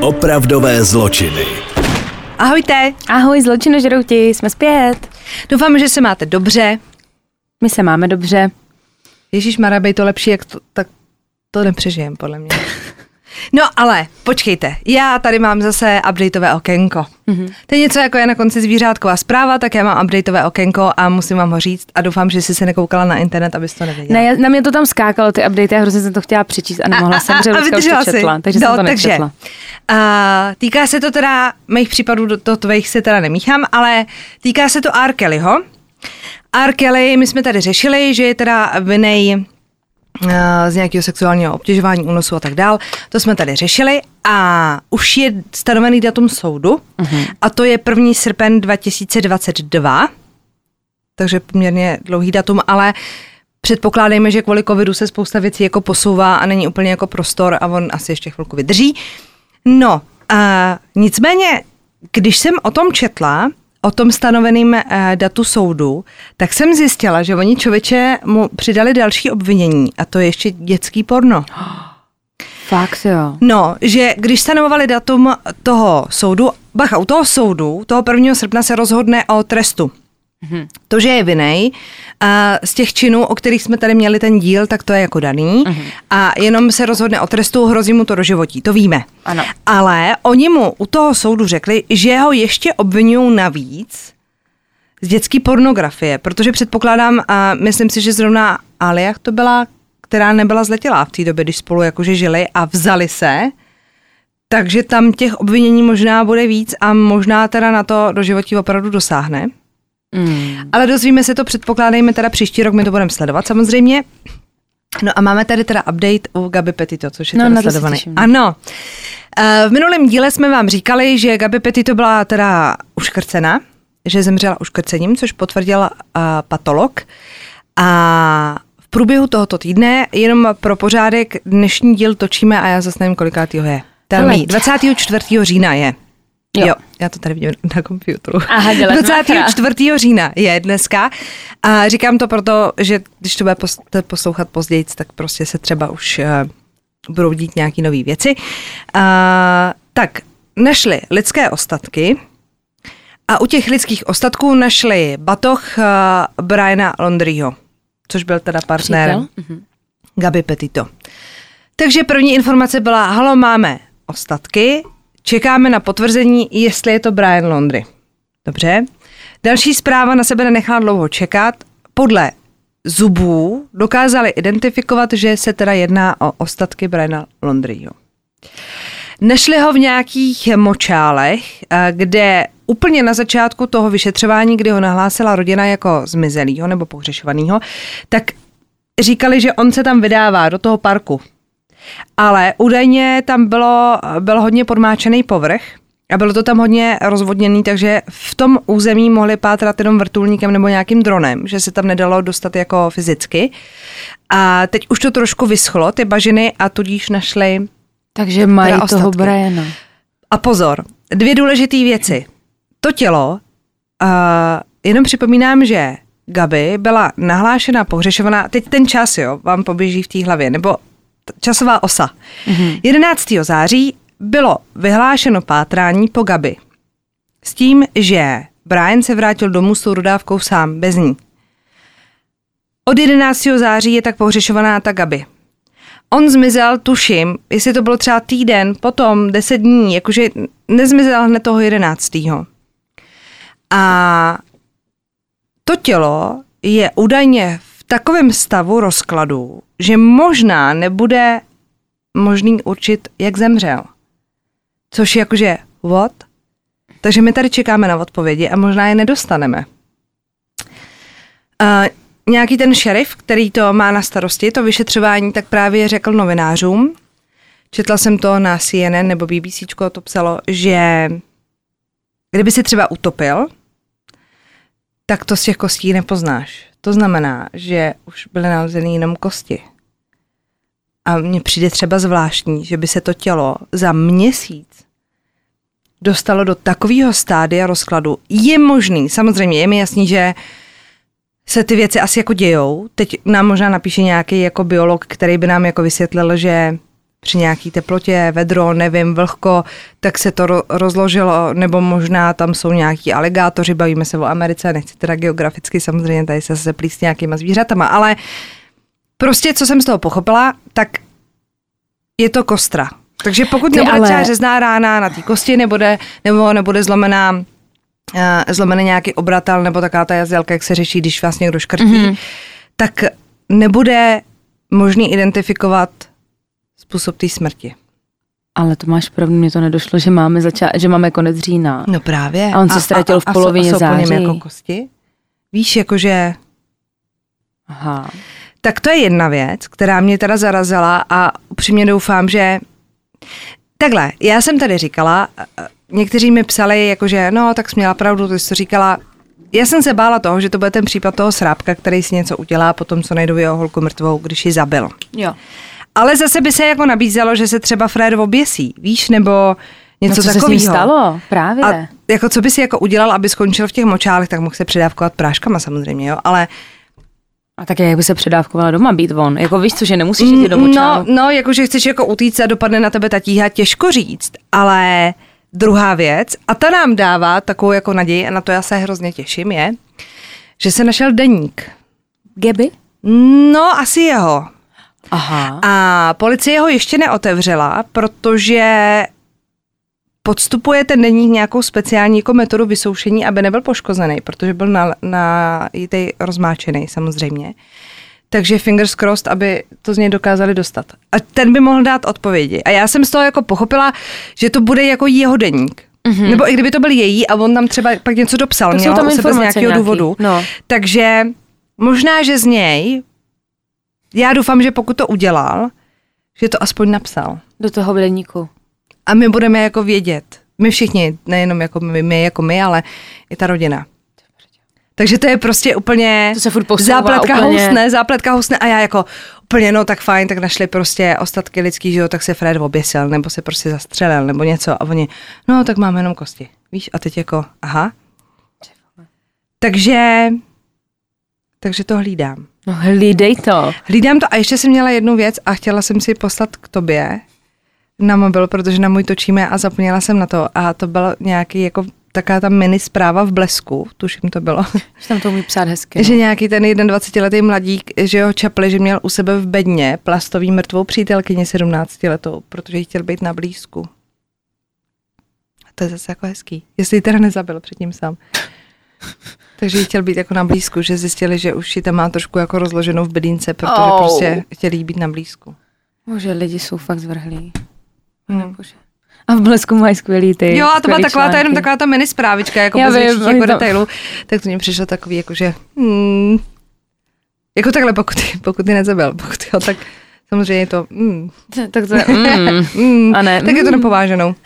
Opravdové zločiny. Ahojte. Ahoj, zločinožrouti, jsme zpět. Doufám, že se máte dobře. My se máme dobře. Ježišmarja, bej to lepší, jak to, tak to nepřežijem, podle mě. No ale, počkejte, já tady mám zase updateové okénko. Mm-hmm. To je něco jako je na konci zvířátková zpráva, tak já mám updateové okénko a musím vám ho říct a doufám, že jsi se nekoukala na internet, abys to nevěděla. Ne, na mě to tam skákalo, ty update, já hrozně jsem to chtěla přečíst a nemohla jsem, že Lucka už to četla, takže jsem to nečetla. Týká se to teda, mých případů do tvých se teda nemíchám, ale týká se to R. Kellyho. R. Kelly, my jsme tady řešili, že je teda vinnej z nějakého sexuálního obtěžování, únosu a tak dál. To jsme tady řešili a už je stanovený datum soudu a to je 1. srpen 2022, takže poměrně dlouhý datum, ale předpokládejme, že kvůli covidu se spousta věcí jako posouvá a není úplně jako prostor a on asi ještě chvilku vydrží. No, nicméně, když jsem o tom četla, o tom stanoveným datu soudu, tak jsem zjistila, že oni člověče mu přidali další obvinění a to je ještě dětský porno. Fakt jo. No, že když stanovovali datum toho soudu, bacha, u toho soudu, toho 1. srpna se rozhodne o trestu. Mm-hmm. To, že je vinnej, z těch činů, o kterých jsme tady měli ten díl, tak to je jako daný. Mm-hmm. A jenom se rozhodne o trestu, hrozí mu to doživotí, to víme. Ano. Ale oni mu u toho soudu řekli, že ho ještě obvinují navíc z dětské pornografie, protože předpokládám, a myslím si, že zrovna Alia to byla, která nebyla zletilá v té době, když spolu jakože žili a vzali se, takže tam těch obvinění možná bude víc a možná teda na to doživotí opravdu dosáhne. Ale dozvíme se to, předpokládejme teda příští rok, my to budeme sledovat samozřejmě. No a máme tady teda update u Gaby Petito, což je teda sledovaný. Ano. V minulém díle jsme vám říkali, že Gaby Petito byla teda uškrcena, že zemřela uškrcením, což potvrdil patolog. A v průběhu tohoto týdne, jenom pro pořádek, dnešní díl točíme a já zase nevím, kolikátýho je. 24. října je. Jo, já to tady vidím na počítači. 24. října je dneska. A říkám to proto, že když to bude poslouchat později, tak prostě se třeba už budou dít nějaký nový věci. Tak, našli lidské ostatky a u těch lidských ostatků našli batoh Briana Laundrieho, což byl teda partner Gaby Petito. Takže první informace byla, halo, máme ostatky, čekáme na potvrzení, jestli je to Brian Laundrie. Dobře. Další zpráva na sebe nenechala dlouho čekat. Podle zubů dokázali identifikovat, že se teda jedná o ostatky Briana Laundrieho. Našli ho v nějakých močálech, kde úplně na začátku toho vyšetřování, kdy ho nahlásila rodina jako zmizelýho nebo pohřešovanýho, tak říkali, že on se tam vydává do toho parku. Ale údajně tam byl hodně podmáčený povrch a bylo to tam hodně rozvodněný, takže v tom území mohli pátrat jenom vrtulníkem nebo nějakým dronem, že se tam nedalo dostat jako fyzicky. A teď už to trošku vyschlo, ty bažiny, a tudíž našli. Takže mají toho Briana. A pozor, 2 důležité věci. To tělo, jenom připomínám, že Gaby byla nahlášena pohřešovaná, teď ten čas, jo, vám poběží v té hlavě, nebo časová osa. 11. září bylo vyhlášeno pátrání po Gaby. S tím, že Brian se vrátil domů s tou dodávkou sám, bez ní. Od 11. září je tak pohřešovaná ta Gaby. On zmizel, tuším, jestli to bylo třeba týden, potom 10 dní, jakože nezmizel hned toho 11. A to tělo je údajně v takovém stavu rozkladu, že možná nebude možný určit, jak zemřel. Což je jakože, what? Takže my tady čekáme na odpovědi a možná je nedostaneme. Nějaký ten šerif, který to má na starosti, to vyšetřování, tak právě řekl novinářům, četla jsem to na CNN nebo BBCčko, to psalo, že kdyby si třeba utopil, tak to z těch kostí nepoznáš. To znamená, že už byly nalezeny jenom kosti. A mně přijde třeba zvláštní, že by se to tělo za měsíc dostalo do takového stádia rozkladu. Je možný, samozřejmě je mi jasný, že se ty věci asi jako dějou. Teď nám možná napíše nějaký jako biolog, který by nám jako vysvětlil, že při nějaký teplotě, vedro, nevím, vlhko, tak se to rozložilo, nebo možná tam jsou nějaký aligátoři, bavíme se o Americe, nechci teda geograficky, samozřejmě tady se plíst nějakýma zvířatama, ale prostě, co jsem z toho pochopila, tak je to kostra. Takže pokud nebude třeba řezná rána na té kosti, nebude zlomený nějaký obratel, nebo taká ta jazdělka, jak se řeší, když vás někdo škrtí, tak nebude možný identifikovat způsob té smrti. Ale to máš pravdu, mně to nedošlo, že máme konec října. No právě. A on se ztratil v polovině září. Jako kosti? Víš, jakože... Aha. Tak to je jedna věc, která mě teda zarazila a upřímně doufám, že... Takhle, já jsem tady říkala, někteří mi psali, jakože no, tak jsi měla pravdu, ty jsi to říkala. Já jsem se bála toho, že to bude ten případ toho srábka, který si něco udělá, potom co najdou jeho holku mrtvou, když ji zabil. Jo. Ale zase by se jako nabízelo, že se třeba Fred oběsí, víš, nebo něco takového. Co se s ním stalo? Právě. A jako co by si jako udělal, aby skončil v těch močálech, tak mohl se předávkovat práškama samozřejmě, jo, ale... A tak jak by se předávkovala doma být von? Jako víš co, že nemusíš jít do močálu? No, jakože chceš jako utíct a dopadne na tebe ta tíha, těžko říct, ale druhá věc, a ta nám dává takovou jako naději, a na to já se hrozně těším, je, že se našel deník. Gaby? No, asi jeho. Aha. A policie ho ještě neotevřela, protože podstupuje ten deník nějakou speciální jako metodu vysoušení, aby nebyl poškozený, protože byl rozmáčený samozřejmě. Takže fingers crossed, aby to z něj dokázali dostat. A ten by mohl dát odpovědi. A já jsem z toho jako pochopila, že to bude jako jeho deník. Mm-hmm. Nebo i kdyby to byl její a on tam třeba pak něco dopsal, to měl tam u sebe z nějakého důvodu. No. Takže možná, že z něj, já doufám, že pokud to udělal, že to aspoň napsal. Do toho deníku. A my budeme jako vědět. My všichni, nejenom jako my, ale i ta rodina. Takže to je prostě úplně to se furt posouvá, zápletka housne a já jako úplně no tak fajn, tak našli prostě ostatky lidský, že jo, tak se Fred oběsil, nebo se prostě zastřelil, nebo něco a oni, no tak máme jenom kosti, víš, a teď jako, aha. Takže to hlídám. No hlídej to. Hlídám to a ještě jsem měla jednu věc a chtěla jsem si poslat k tobě na mobil, protože na můj točíme a zapomněla jsem na to a to bylo nějaký jako taká ta mini zpráva v Blesku, tuším to bylo. Že tam to umí psát hezky. No. Že nějaký ten 21letý mladík, že ho čapli, že měl u sebe v bedně plastový mrtvou přítelkyni 17letou, protože jí chtěl být na blízku. A to je zase jako hezký. Jestli ji teda nezabil předtím sám. Takže jí chtěl být jako na blízku, že zjistili, že už ji tam má trošku jako rozloženou v bedínce, protože prostě chtěli jí být na blízku. Bože, lidi jsou fakt zvrhlí. Bože. A v Blesku mají skvělý ty. Jo, a to byla taková ta mini zprávička, jako bez větších jako detailů. Tak to mě přišlo takový, jakože jako takhle, pokud ty nezabil, pokud jo, tak samozřejmě je to tak to je a ne. Tak je to nepováženou.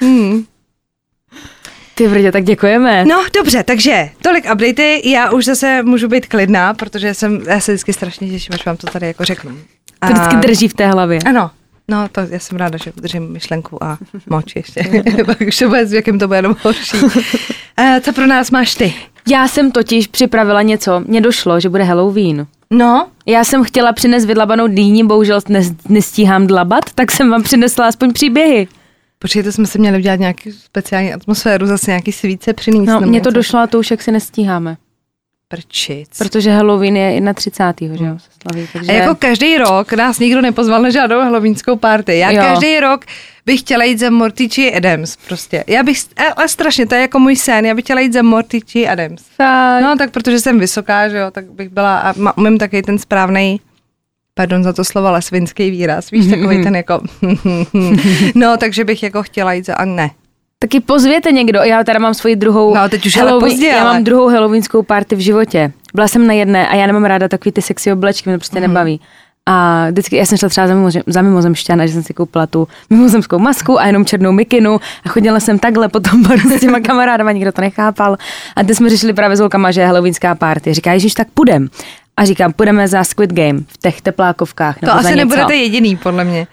Ty brdě, tak děkujeme. No, dobře, takže tolik updaty, já už zase můžu být klidná, protože já se vždycky strašně těším, až vám to tady jako řeknu. To vždycky drží v té hlavě. Ano. No, to já jsem ráda, že udržím myšlenku a moč ještě. Pak už to bude s věkem, to bude jenom horší. Co pro nás máš ty? Já jsem totiž připravila něco. Mně došlo, že bude Halloween. No? Já jsem chtěla přinést vydlabanou dýni, bohužel nestíhám dlabat, tak jsem vám přinesla aspoň příběhy. Počkejte, jsme si měli udělat nějaký speciální atmosféru, zase nějaký svíce přinést. No, mně to došlo a to už jak si nestíháme. Prčic. Protože Halloween je 31. že jo, se slaví. Takže... A jako každý rok nás nikdo nepozval na žádnou halloweenskou party. Já každý rok bych chtěla jít za Morticia Addams prostě. Ale strašně, to je jako můj sen, já bych chtěla jít za Morticia Addams. Tak. No tak protože jsem vysoká, že jo, tak bych byla a umím taky ten správnej, pardon za to slovo, ale svinský výraz, víš, takový ten jako no, takže bych jako chtěla jít za, a ne. Taky pozvěte někdo, já teda mám svoji druhou já mám druhou halloweenskou party v životě. Byla jsem na jedné a já nemám ráda takový ty sexy oblečky, mě to prostě nebaví. A vždycky, já jsem šla třeba za mimozemšťana, že jsem si koupila tu mimozemskou masku a jenom černou mikinu a chodila jsem takhle po tom baru s těma kamarádama, nikdo to nechápal. A teď jsme řešili právě s holkama, že je halloweenská party. Říká, ježiš, tak půjdem. A říkám, půjdeme za Squid Game v těch teplákovkách. To asi nebudete jediný, podle mě.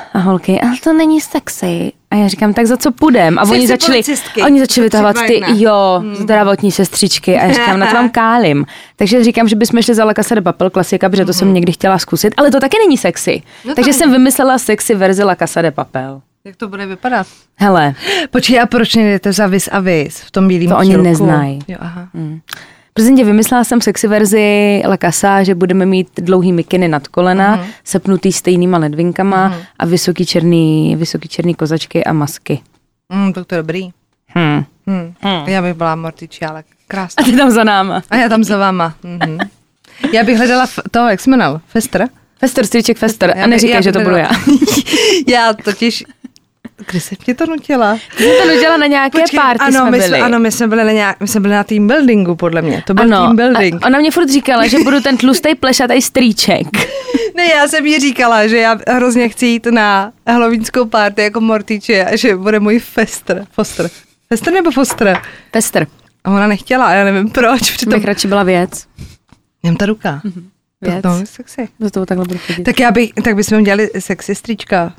A holky, ale to není sexy. A já říkám, tak za co půjdem? A oni začali vytahovat ty, zdravotní sestřičky. A já říkám, na to vám kálím. Takže říkám, že bychom šli za La Casa de Papel, klasika, protože to jsem někdy chtěla zkusit, ale to taky není sexy. No takže jsem vymyslela sexy verzi La Casa de Papel. Jak to bude vypadat? Hele. Počkej, a proč nejdete za Vis a Vis v tom bílém To šilku? oni neznají. Jo, aha. Prosím tě, vymyslela jsem sexy verzi La Casa, že budeme mít dlouhý mikiny nad kolena, sepnutý stejnýma ledvinkama a vysoký černý kozačky a masky. Tak to je dobrý. Já bych byla Morticia, ale krásná. A ty tam za náma. A já tam za váma. Já bych hledala toho, jak se jmenoval? Fester? Fester, stříček Fester. A neříkej, že to budu já. Já totiž... Kdy jsi mě to nutila? Ty jsi to nutila na nějaké party jsme byli. Ano, my jsme byli na team buildingu, podle mě. To byl team building. A ona mě furt říkala, že budu ten tlustej plešatej strýček. Ne, já jsem jí říkala, že já hrozně chci jít na halloweenskou party jako Morticia a že bude můj Foster. Fester nebo Foster? Fester. A ona nechtěla, a já nevím proč. Přitom... Bych radši byla věc. Jem ta ruka. Věc. To sexy. Do toho takhle budu chodit. Tak bychom dělali sexy strička.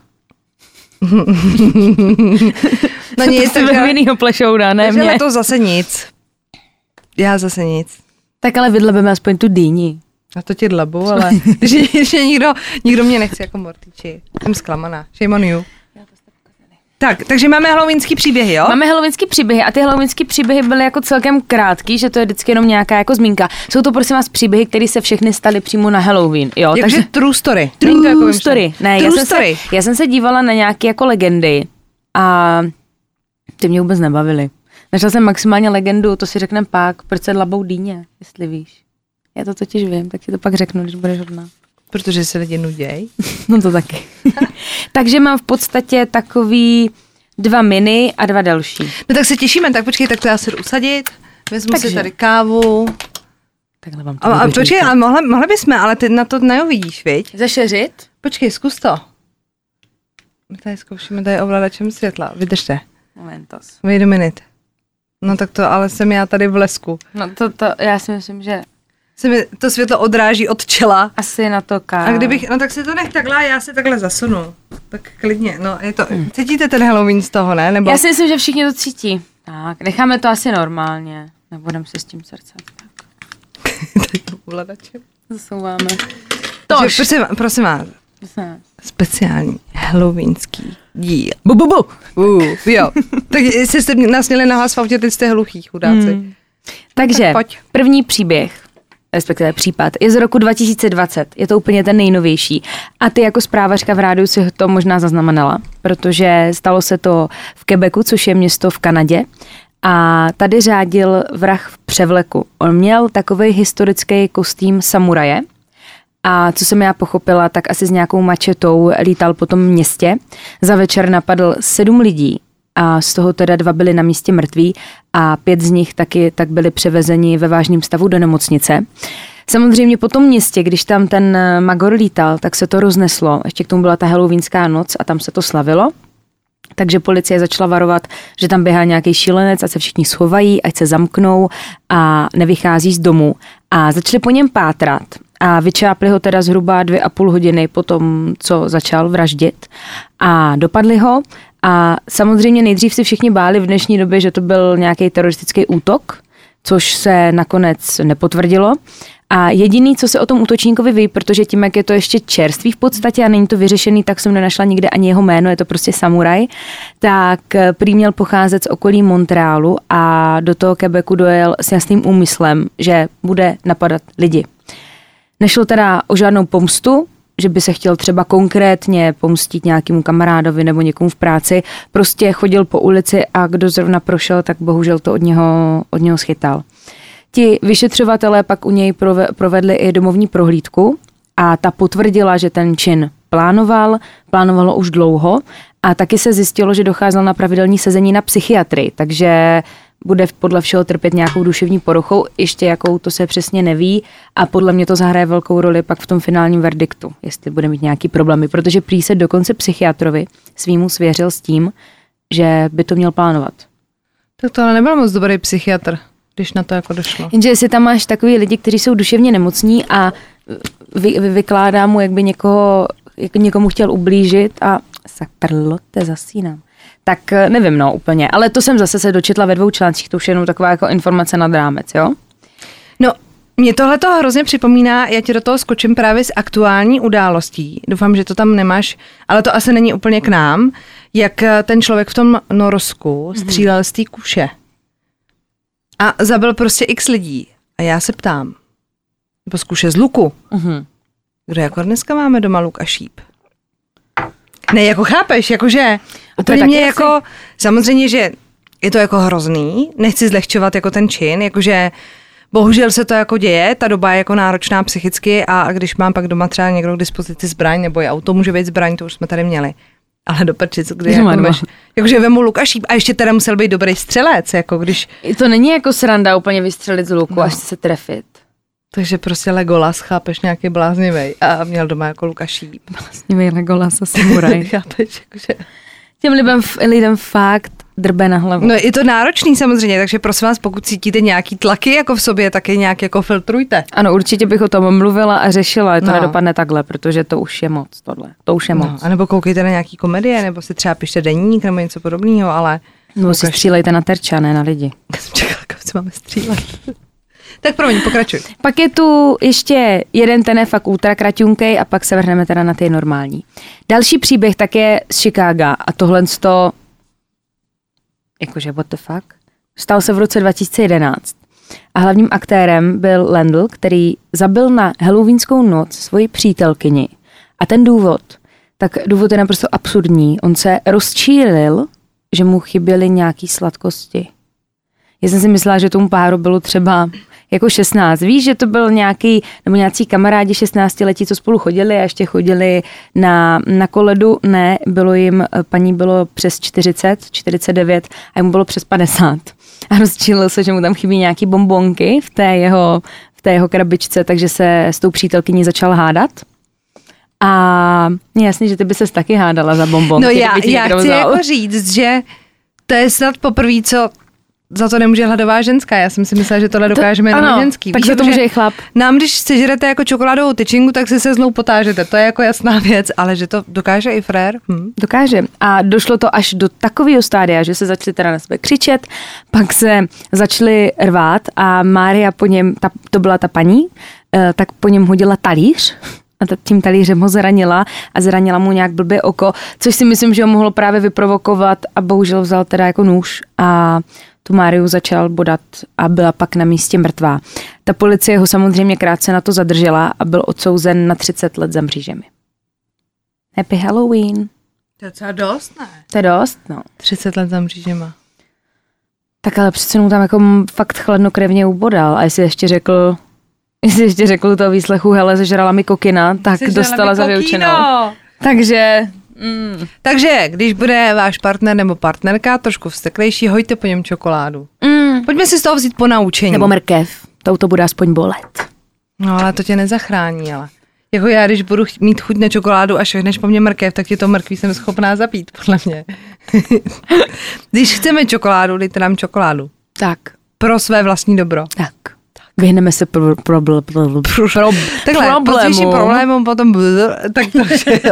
No nic, to je jinýho plešouda, ne mě. To zase nic. Já zase nic. Tak ale vydlebeme aspoň tu dýni. A to ti dlabu, ale že nikdo mě nechce jako Mortici. Jsem zklamaná. Shame on you. Takže máme halloweenský příběhy, jo? Máme halloweenský příběhy a ty halloweenský příběhy byly jako celkem krátký, že to je vždycky jenom nějaká jako zmínka. Jsou to prosím vás příběhy, které se všechny staly přímo na Halloween, jo? Takže true story. True story. Ne, já jsem se dívala na nějaké jako legendy a ty mě vůbec nebavily. Našla jsem maximálně legendu, to si řekneme pak, proč se dlabou dýně, jestli víš. Já to totiž vím, tak ti to pak řeknu, když budeš hodná. Protože se lidi nuděj. No to taky. Takže mám v podstatě takový 2 mini a 2 další. No tak se těšíme, tak počkej, tak to já se jdu usadit, vezmu si tady kávu. Takhle vám to a počkej, ale mohli bychom, ale ty na to neuvidíš, viď? Zašeřit? Počkej, zkus to. My tady zkoušíme tady ovladačem světla, vydržte. Momentos. Wait a minute. No tak to, ale jsem já tady v lesku. No to já si myslím, že... Se mi to světlo odráží od čela. Asi na to káva. A kdybych, no tak si to nech takhle, já si takhle zasunu. Tak klidně, no je to, cítíte ten Halloween z toho, ne? Nebo... Já si myslím, že všichni to cítí. Tak, necháme to asi normálně. Nebudem si s tím srdcem. Tak to ovladačem. Zasouváme. Tož. Prosím vás. Speciální halloweenský díl. Bu. Jo. Tak jestli jste nás měli nahlas v autě, teď jste hluchý, chudáci. Takže první příběh, respektive případ, je z roku 2020. Je to úplně ten nejnovější. A ty jako zprávařka v rádiu si to možná zaznamenala, protože stalo se to v Quebecu, což je město v Kanadě. A tady řádil vrah v převleku. On měl takovej historický kostým samuraje. A co jsem já pochopila, tak asi s nějakou mačetou lítal po tom městě. Za večer napadl 7 lidí. A z toho teda 2 byli na místě mrtví a 5 z nich taky tak byli převezeni ve vážném stavu do nemocnice. Samozřejmě po tom městě, když tam ten magor lítal, tak se to rozneslo. Ještě k tomu byla ta halloweenská noc a tam se to slavilo. Takže policie začala varovat, že tam běhá nějaký šílenec, ať se všichni schovají, ať se zamknou a nevychází z domu. A začali po něm pátrat a vyčápli ho teda zhruba 2,5 hodiny po tom, co začal vraždit a dopadli ho. A samozřejmě nejdřív si všichni báli v dnešní době, že to byl nějaký teroristický útok, což se nakonec nepotvrdilo. A jediný, co se o tom útočníkovi ví, protože tím, jak je to ještě čerstvý v podstatě a není to vyřešený, tak jsem nenašla nikde ani jeho jméno, je to prostě samuraj, tak prý měl pocházet z okolí Montrealu a do toho Quebecu dojel s jasným úmyslem, že bude napadat lidi. Nešlo teda o žádnou pomstu, že by se chtěl třeba konkrétně pomstit nějakému kamarádovi nebo někomu v práci, prostě chodil po ulici a kdo zrovna prošel, tak bohužel to od něho schytal. Ti vyšetřovatelé pak u něj provedli i domovní prohlídku a ta potvrdila, že ten čin plánovalo už dlouho a taky se zjistilo, že docházel na pravidelní sezení na psychiatrii, takže bude podle všeho trpět nějakou duševní poruchou, ještě jakou to se přesně neví a podle mě to zahraje velkou roli pak v tom finálním verdiktu, jestli bude mít nějaký problémy, protože prý se dokonce psychiatrovi svýmu svěřil s tím, že by to měl plánovat. Tak to ale nebyl moc dobrý psychiatr, když na to jako došlo. Jenže jestli tam máš takový lidi, kteří jsou duševně nemocní a vykládá mu, jak by někomu chtěl ublížit a Saperlotte, zasínám. Tak nevím, no, úplně. Ale to jsem zase se dočetla ve 2 článcích, to už je jenom taková jako informace nad rámec, jo? No, mě tohle to hrozně připomíná, já ti do toho skočím právě z aktuální událostí. Doufám, že to tam nemáš, ale to asi není úplně k nám, jak ten člověk v tom Norsku střílel z té kuše. A zabil prostě x lidí. A já se ptám, nebo z kuše z luku. Kdo jako dneska máme doma luk a šíp? Ne, jako chápeš, jakože úplně mě jako, samozřejmě, že je to jako hrozný, nechci zlehčovat jako ten čin, jakože bohužel se to jako děje, ta doba je jako náročná psychicky a když mám pak doma třeba někdo k dispozici zbraň, nebo i auto může být zbraň, to už jsme tady měli. Ale do prčic, kdy jako máš, jakože vemu luk a šíp a ještě teda musel být dobrý střelec, jako když... To není jako sranda úplně vystřelit z luku, až se trefit. Takže prostě Legolas, chápeš, nějaký bláznivej a měl doma jako luk a šíp. Bláznivej Legolas a samuraj. Chápeš, jakože... Těm lidem fakt drbe na hlavu. No je to náročný samozřejmě, takže prosím vás, pokud cítíte nějaký tlaky jako v sobě, tak je nějak jako filtrujte. Ano, určitě bych o tom mluvila a řešila, to nedopadne takhle, protože to už je moc tohle. To už je moc. A nebo koukejte na nějaký komedie, nebo si třeba pište deník nebo něco podobného, ale... No si střílejte na terča, ne na lidi. Já jsem čekala, kam si máme střílet. Tak promiň, pokračuj. Pak je tu ještě jeden, ten je fakt ultra kraťunkej a pak se vrhneme teda na ty normální. Další příběh tak je z Chicaga a tohle to, jakože what the fuck, stal se v roce 2011 a hlavním aktérem byl Landl, který zabil na halloweenskou noc svoji přítelkyni a ten důvod je naprosto absurdní. On se rozčílil, že mu chyběly nějaký sladkosti. Já jsem si myslela, že tomu páru bylo třeba jako 16. Víš, že to byl nějací kamarádi 16letí, co spolu chodili a ještě chodili na koledu. Ne, paní bylo přes 40, 49 a jemu bylo přes 50. A rozčílil se, že mu tam chybí nějaký bonbonky v té jeho krabičce, takže se s tou přítelkyní začal hádat. A jasně, že ty by ses taky hádala za bonbonky. No já chci jako říct, že to je snad poprvé, co za to nemůže hladová ženská. Já jsem si myslela, že tohle dokážeme jenom ženský. Tak za to může i chlap. Nám, když sežerete jako čokoládovou tyčinku, tak si se znovu potážete. To je jako jasná věc, ale že to dokáže i frér. Dokáže. A došlo to až do takového stádia, že se začali teda na sebe křičet, pak se začali rvát a Mária po něm, to byla ta paní, tak po něm hodila talíř. A tím talířem ho zranila a zranila mu nějak blbě oko, což si myslím, že ho mohlo právě vyprovokovat a bohužel vzal teda jako nůž a tu Máriu začal bodat a byla pak na místě mrtvá. Ta policie ho samozřejmě krátce na to zadržela a byl odsouzen na 30 let za mřížemi. Happy Halloween. To je docela dost, ne? To je dost, no. 30 let za mřížema. Tak ale přece mu tam jako fakt chladnokrevně ubodal a jestli ještě řekl do toho výslechu, hele, sežrala mi kokina, tak dostala za vyučenou. Takže, když bude váš partner nebo partnerka trošku vzteklejší, hojte po něm čokoládu. Pojďme si z toho vzít po naučení. Nebo mrkev, to bude aspoň bolet. No ale to tě nezachrání, ale. Jako já, když budu mít chuť na čokoládu a švihneš po mně mrkev, tak ti to mrkví jsem schopná zapít, podle mě. Když chceme čokoládu, dejte nám čokoládu. Tak. Pro své vlastní dobro. Tak. Vyhneme se problému. Potom tak to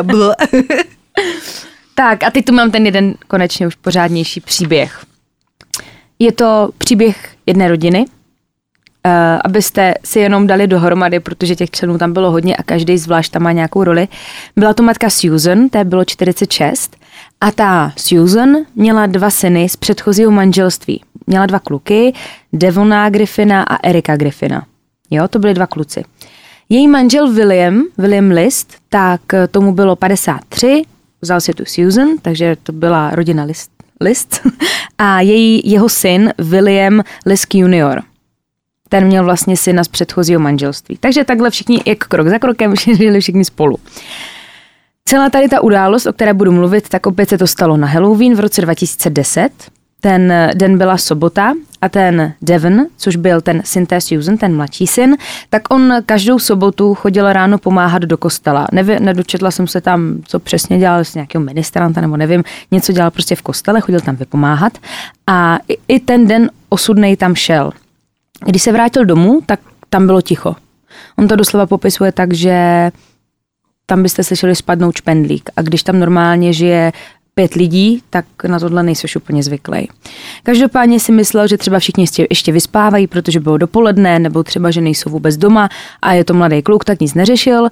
Tak a teď tu mám ten jeden konečně už pořádnější příběh. Je to příběh jedné rodiny, abyste si jenom dali dohromady, protože těch členů tam bylo hodně a každý zvlášť tam má nějakou roli. Byla to matka Susan, té bylo 46 a ta Susan měla 2 syny z předchozího manželství. Měla 2 kluky, Devona Griffina a Erika Griffina. Jo, to byli 2 kluci. Její manžel William List, tak tomu bylo 53, vzal si tu Susan, takže to byla rodina List. A jeho syn William List Junior. Ten měl vlastně syna z předchozího manželství. Takže takhle všichni, jak krok za krokem, žili všichni spolu. Celá tady ta událost, o které budu mluvit, tak opět se to stalo na Halloween v roce 2010. Ten den byla sobota a ten Devon, což byl ten syn té Susan, ten mladší syn, tak on každou sobotu chodil ráno pomáhat do kostela. Nedočetla jsem se tam, co přesně dělal, s nějakého ministranta nebo nevím, něco dělal prostě v kostele, chodil tam vypomáhat a i ten den osudnej tam šel. Když se vrátil domů, tak tam bylo ticho. On to doslova popisuje tak, že tam byste slyšeli spadnout špendlík. A když tam normálně žije 5 lidí, tak na tohle nejseš úplně zvyklý. Každopádně si myslel, že třeba všichni ještě vyspávají, protože bylo dopoledne, nebo třeba, že nejsou vůbec doma a je to mladý kluk, tak nic neřešil.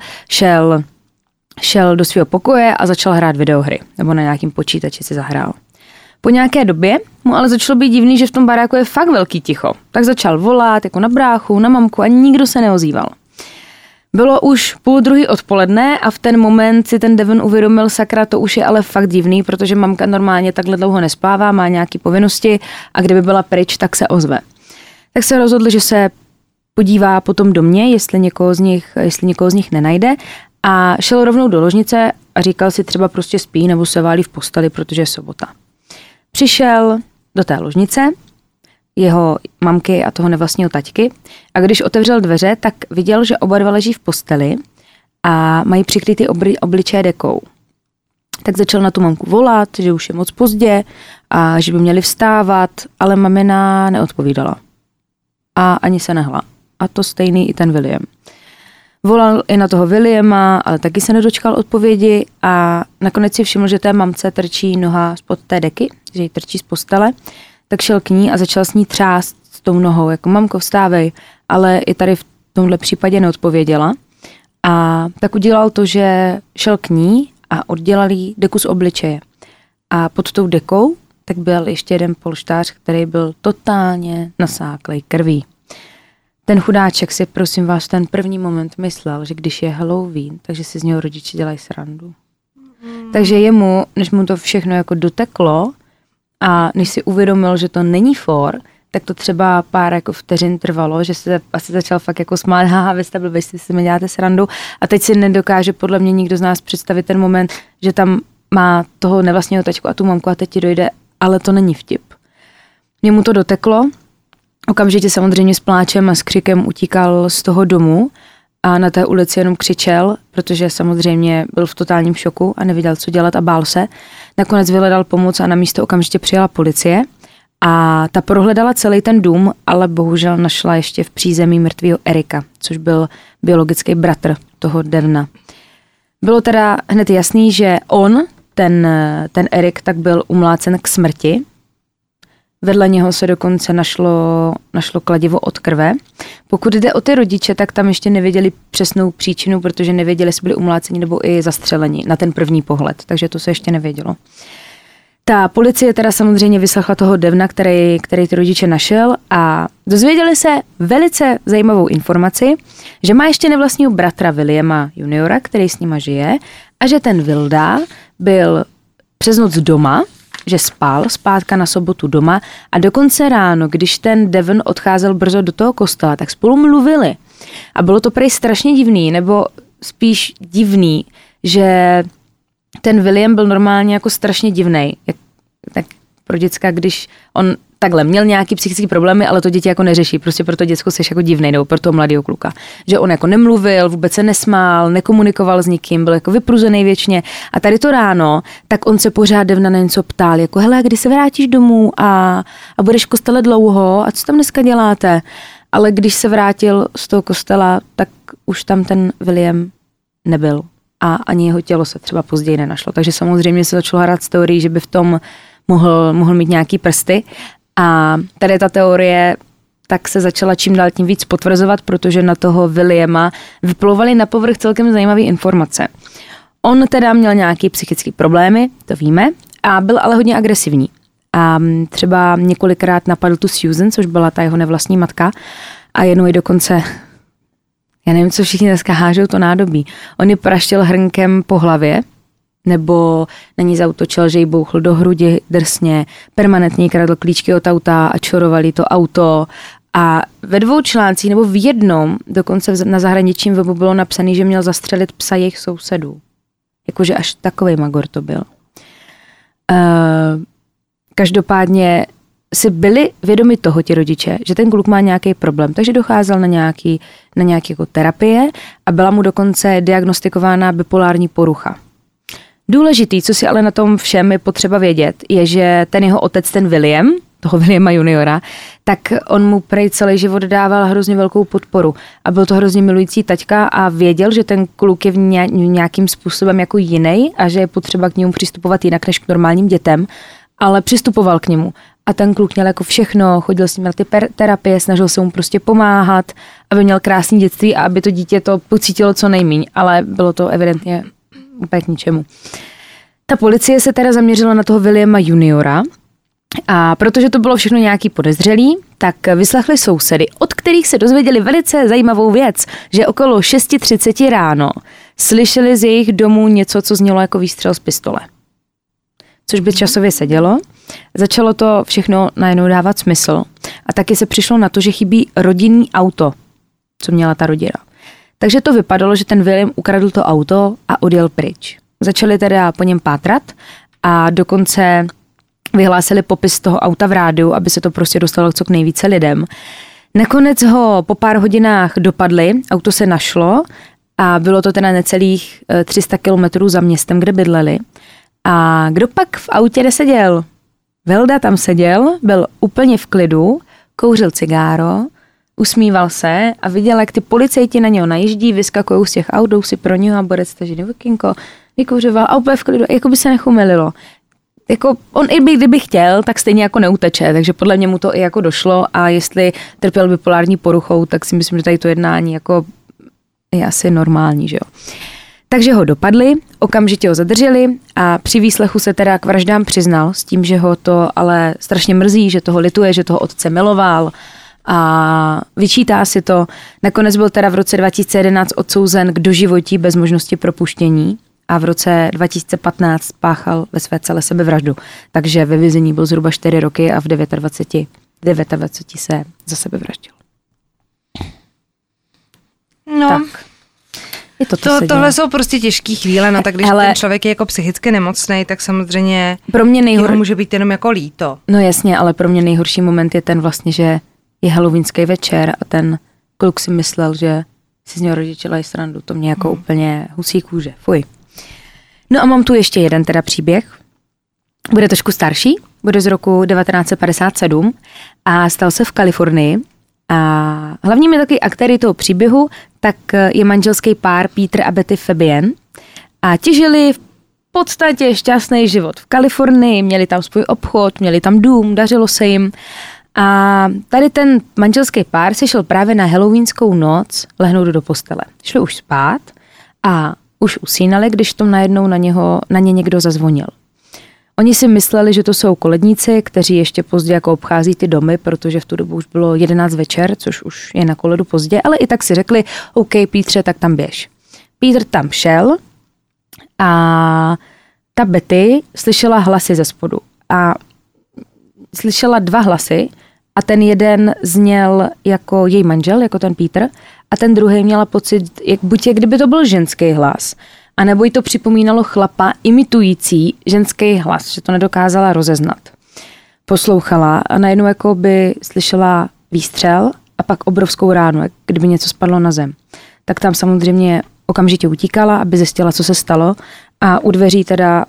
Šel do svého pokoje a začal hrát videohry, nebo na nějakým počítači si zahrál. Po nějaké době mu ale začalo být divný, že v tom baráku je fakt velký ticho. Tak začal volat jako na bráchu, na mamku a nikdo se neozýval. Bylo už 12:30 odpoledne a v ten moment si ten Devon uvědomil, sakra, to už je ale fakt divný, protože mamka normálně takhle dlouho nespává, má nějaké povinnosti a kdyby byla pryč, tak se ozve. Tak se rozhodl, že se podívá po tom domě, jestli někoho z nich nenajde a šel rovnou do ložnice a říkal si třeba prostě spí nebo se válí v posteli, protože je sobota. Přišel do té ložnice, jeho mamky a toho nevlastního taťky a když otevřel dveře, tak viděl, že oba dva leží v posteli a mají přikrytý obličeje dekou. Tak začal na tu mamku volat, že už je moc pozdě a že by měli vstávat, ale mamina neodpovídala. A ani se nehla. A to stejný i ten William. Volal i na toho Williama, ale taky se nedočkal odpovědi a nakonec si všiml, že té mamce trčí noha spod té deky, že jí trčí z postele, tak šel k ní a začal s ní třást s tou nohou, jako mamko vstávej, ale i tady v tomhle případě neodpověděla. A tak udělal to, že šel k ní a oddělal jí deku z obličeje. A pod tou dekou tak byl ještě jeden polštář, který byl totálně nasáklej krví. Ten chudáček si, prosím vás, ten první moment myslel, že když je Halloween, takže si z něho rodiče dělají srandu. Takže jemu, než mu to všechno jako doteklo a než si uvědomil, že to není for, tak to třeba pár jako vteřin trvalo, že se asi začal fakt jako smát, haha, vy jste blbý, si mi děláte srandu a teď si nedokáže podle mě nikdo z nás představit ten moment, že tam má toho nevlastního taťku a tu mamku a teď ti dojde, ale to není vtip. Mně to doteklo, okamžitě samozřejmě s pláčem a s křikem utíkal z toho domu a na té ulici jenom křičel, protože samozřejmě byl v totálním šoku a nevěděl, co dělat a bál se. Nakonec vyhledal pomoc a na místo okamžitě přijela policie a ta prohledala celý ten dům, ale bohužel našla ještě v přízemí mrtvého Erika, což byl biologický bratr toho Devona. Bylo teda hned jasný, že on, ten Erik, tak byl umlácen k smrti. Vedle něho se dokonce našlo kladivo od krve. Pokud jde o ty rodiče, tak tam ještě nevěděli přesnou příčinu, protože nevěděli, jestli byli umláceni nebo i zastřeleni na ten první pohled, takže to se ještě nevědělo. Ta policie teda samozřejmě vyslechla toho Devona, který ty rodiče našel a dozvěděli se velice zajímavou informaci, že má ještě nevlastního bratra Williama juniora, který s nima žije a že ten Wilda byl přes noc doma, že spal zpátka na sobotu doma a dokonce ráno, když ten Devon odcházel brzo do toho kostela, tak spolu mluvili. A bylo to prej strašně divný, nebo spíš divný, že ten William byl normálně jako strašně divnej. Tak pro děcka, když on takhle měl nějaký psychický problémy, ale to děti jako neřeší, prostě pro to děcko seš jako divnej, nebo pro toho mladého kluka. Že on jako nemluvil, vůbec se nesmál, nekomunikoval s nikým, byl jako vypruzený věčně. A tady to ráno, tak on se pořád Devona na něco ptal, jako hele, kdy se vrátíš domů a budeš v kostele dlouho a co tam dneska děláte? Ale když se vrátil z toho kostela, tak už tam ten William nebyl. A ani jeho tělo se třeba později nenašlo. Takže samozřejmě se začalo hrát s teorií, že by v tom mohl mít nějaký prsty. A tady ta teorie tak se začala čím dál tím víc potvrzovat, protože na toho Williama vyplouvaly na povrch celkem zajímavé informace. On teda měl nějaké psychické problémy, to víme, a byl ale hodně agresivní. A třeba několikrát napadl tu Susan, což byla ta jeho nevlastní matka, a jednou i dokonce, já nevím, co všichni dneska hážou to nádobí, on ji praštil hrnkem po hlavě, nebo na ní zaútočil, že jí bouchl do hrudi drsně, permanentně kradl klíčky od auta a čorovali to auto. A ve 2 článcích, nebo v jednom, dokonce na zahraničním webu bylo napsané, že měl zastřelit psa jejich sousedů. Jakože až takovej magor to byl. Každopádně si byli vědomi toho ti rodiče, že ten kluk má nějaký problém, takže docházel na nějaký jako terapie a byla mu dokonce diagnostikována bipolární porucha. Důležitý, co si ale na tom všem je potřeba vědět, je, že ten jeho otec, ten William, toho Williama juniora, tak on mu prej celý život dával hrozně velkou podporu a byl to hrozně milující taťka a věděl, že ten kluk je nějakým způsobem jako jiný a že je potřeba k němu přistupovat jinak než k normálním dětem, ale přistupoval k němu. A ten kluk měl jako všechno, chodil s ním na ty terapie, snažil se mu prostě pomáhat, aby měl krásný dětství a aby to dítě to pocítilo co nejmíň, ale bylo to evidentně úplně k ničemu. Ta policie se teda zaměřila na toho Williama juniora a protože to bylo všechno nějaký podezřelý, tak vyslechli sousedy, od kterých se dozvěděli velice zajímavou věc, že okolo 6:30 ráno slyšeli z jejich domu něco, co znělo jako výstřel z pistole. Což by časově sedělo. Začalo to všechno najednou dávat smysl. A taky se přišlo na to, že chybí rodinný auto, co měla ta rodina. Takže to vypadalo, že ten William ukradl to auto a odjel pryč. Začali teda po něm pátrat a dokonce vyhlásili popis toho auta v rádiu, aby se to prostě dostalo co k nejvíce lidem. Nakonec ho po pár hodinách dopadli, auto se našlo a bylo to teda necelých 300 kilometrů za městem, kde bydleli. A kdo pak v autě neseděl? Vilda tam seděl, byl úplně v klidu, kouřil cigáro, usmíval se a viděl, jak ty policejti na něho najíždí, vyskakují z těch aut, jdou si pro něho a borec taží okénko, vykouřoval a úplně v klidu, jako by se nechumililo. Jako on i kdyby chtěl, tak stejně jako neuteče, takže podle mě mu to i jako došlo a jestli trpěl bipolární poruchou, tak si myslím, že tady to jednání jako je asi normální, že jo. Takže ho dopadli, okamžitě ho zadrželi a při výslechu se teda k vraždám přiznal s tím, že ho to ale strašně mrzí, že toho lituje, že toho otce miloval a vyčítá si to. Nakonec byl teda v roce 2011 odsouzen k doživotí bez možnosti propuštění a v roce 2015 spáchal ve své celé sebevraždu. Takže ve vězení byl zhruba 4 roky a v 29 se za sebe vraždil. No. Tak. Tohle jsou prostě těžké chvíle, no tak když ten člověk je jako psychicky nemocnej, tak samozřejmě pro mě může být jenom jako líto. No jasně, ale pro mě nejhorší moment je ten vlastně, že je halloweenský večer a ten kluk si myslel, že si z něho rodiče dělají srandu. To mě jako úplně husí kůže. Fuj. No a mám tu ještě jeden teda příběh. Bude trošku starší, bude z roku 1957 a stal se v Kalifornii. A hlavními taky aktéry toho příběhu tak je manželský pár Peter a Betty Fabian a ti žili v podstatě šťastný život v Kalifornii, měli tam svůj obchod, měli tam dům, dařilo se jim a tady ten manželský pár se šel právě na halloweenskou noc lehnout do postele. Šli už spát a už usínali, když tom najednou na ně někdo zazvonil. Oni si mysleli, že to jsou koledníci, kteří ještě pozdě jako obchází ty domy, protože v tu dobu už bylo 11 večer, což už je na koledu pozdě, ale i tak si řekli, OK, Pítře, tak tam běž. Peter tam šel a ta Betty slyšela hlasy ze spodu a slyšela 2 hlasy a ten jeden zněl jako její manžel, jako ten Peter a ten druhý měla pocit, buď kdyby to byl ženský hlas, a nebo jí to připomínalo chlapa imitující ženský hlas, že to nedokázala rozeznat. Poslouchala a najednou jako by slyšela výstřel a pak obrovskou ránu, jak kdyby něco spadlo na zem. Tak tam samozřejmě okamžitě utíkala, aby zjistila, co se stalo a u dveří teda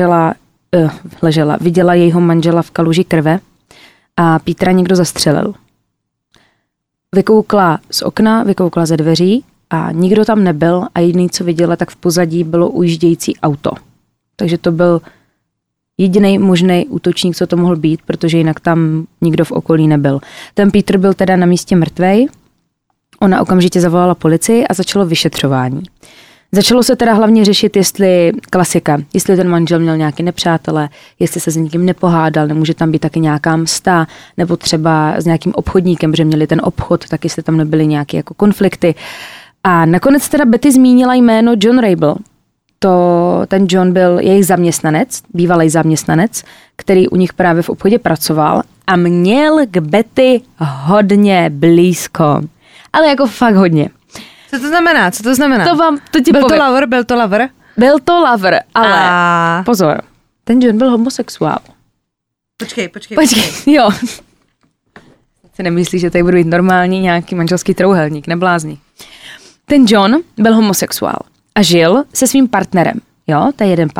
viděla jejího manžela v kaluži krve a Petra někdo zastřelil. Vykoukla z okna, vykoukla ze dveří a nikdo tam nebyl a jediný, co viděla, tak v pozadí bylo ujíždějící auto. Takže to byl jediný možný útočník, co to mohl být, protože jinak tam nikdo v okolí nebyl. Ten Peter byl teda na místě mrtvej, ona okamžitě zavolala policii a začalo vyšetřování. Začalo se teda hlavně řešit, jestli ten manžel měl nějaké nepřátele, jestli se s někým nepohádal, nemůže tam být taky nějaká msta, nebo třeba s nějakým obchodníkem, že měli ten obchod, tak jestli tam nebyly nějaké jako konflikty. A nakonec teda Betty zmínila jméno John Rabel. Ten John byl jejich zaměstnanec, bývalý zaměstnanec, který u nich právě v obchodě pracoval a měl k Betty hodně blízko. Ale jako fakt hodně. Co to znamená? To ti povím. Byl to lover? Byl to lover, ale pozor, ten John byl homosexuál. Počkej. Jo. Si nemyslíš, že tady budu být normální nějaký manželský trouhelník, neblázni. Ten John byl homosexuál a žil se svým partnerem, jo, to je jeden pár.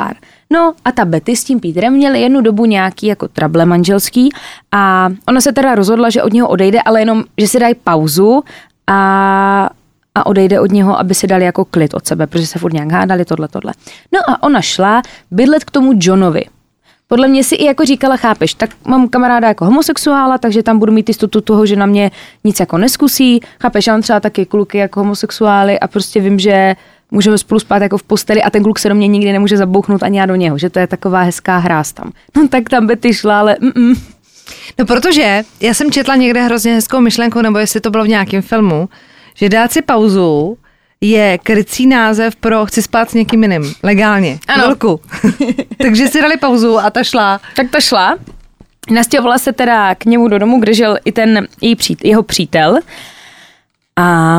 No a ta Betty s tím Peterem měli jednu dobu nějaký jako trable manželský a ona se teda rozhodla, že od něho odejde, ale jenom, že si dají pauzu a odejde od něho, aby si dali jako klid od sebe, protože se furt nějak hádali, tohle. No a ona šla bydlet k tomu Johnovi. Podle mě si i jako říkala, chápeš, tak mám kamaráda jako homosexuála, takže tam budu mít jistotu toho, že na mě nic jako neskusí. Chápeš, já mám třeba taky kluky jako homosexuály a prostě vím, že můžeme spolu spát jako v posteli a ten kluk se do mě nikdy nemůže zabouchnout ani já do něho, že to je taková hezká hráz tam. No tak tam by ty šla, ale No protože já jsem četla někde hrozně hezkou myšlenku, nebo jestli to bylo v nějakém filmu, že dát si pauzu je krycí název pro chci spát s někým jiným, legálně, chvilku. Takže si dali pauzu a ta šla. Tak ta šla. Nastěhovala se teda k němu do domu, kde žil i ten jeho přítel. A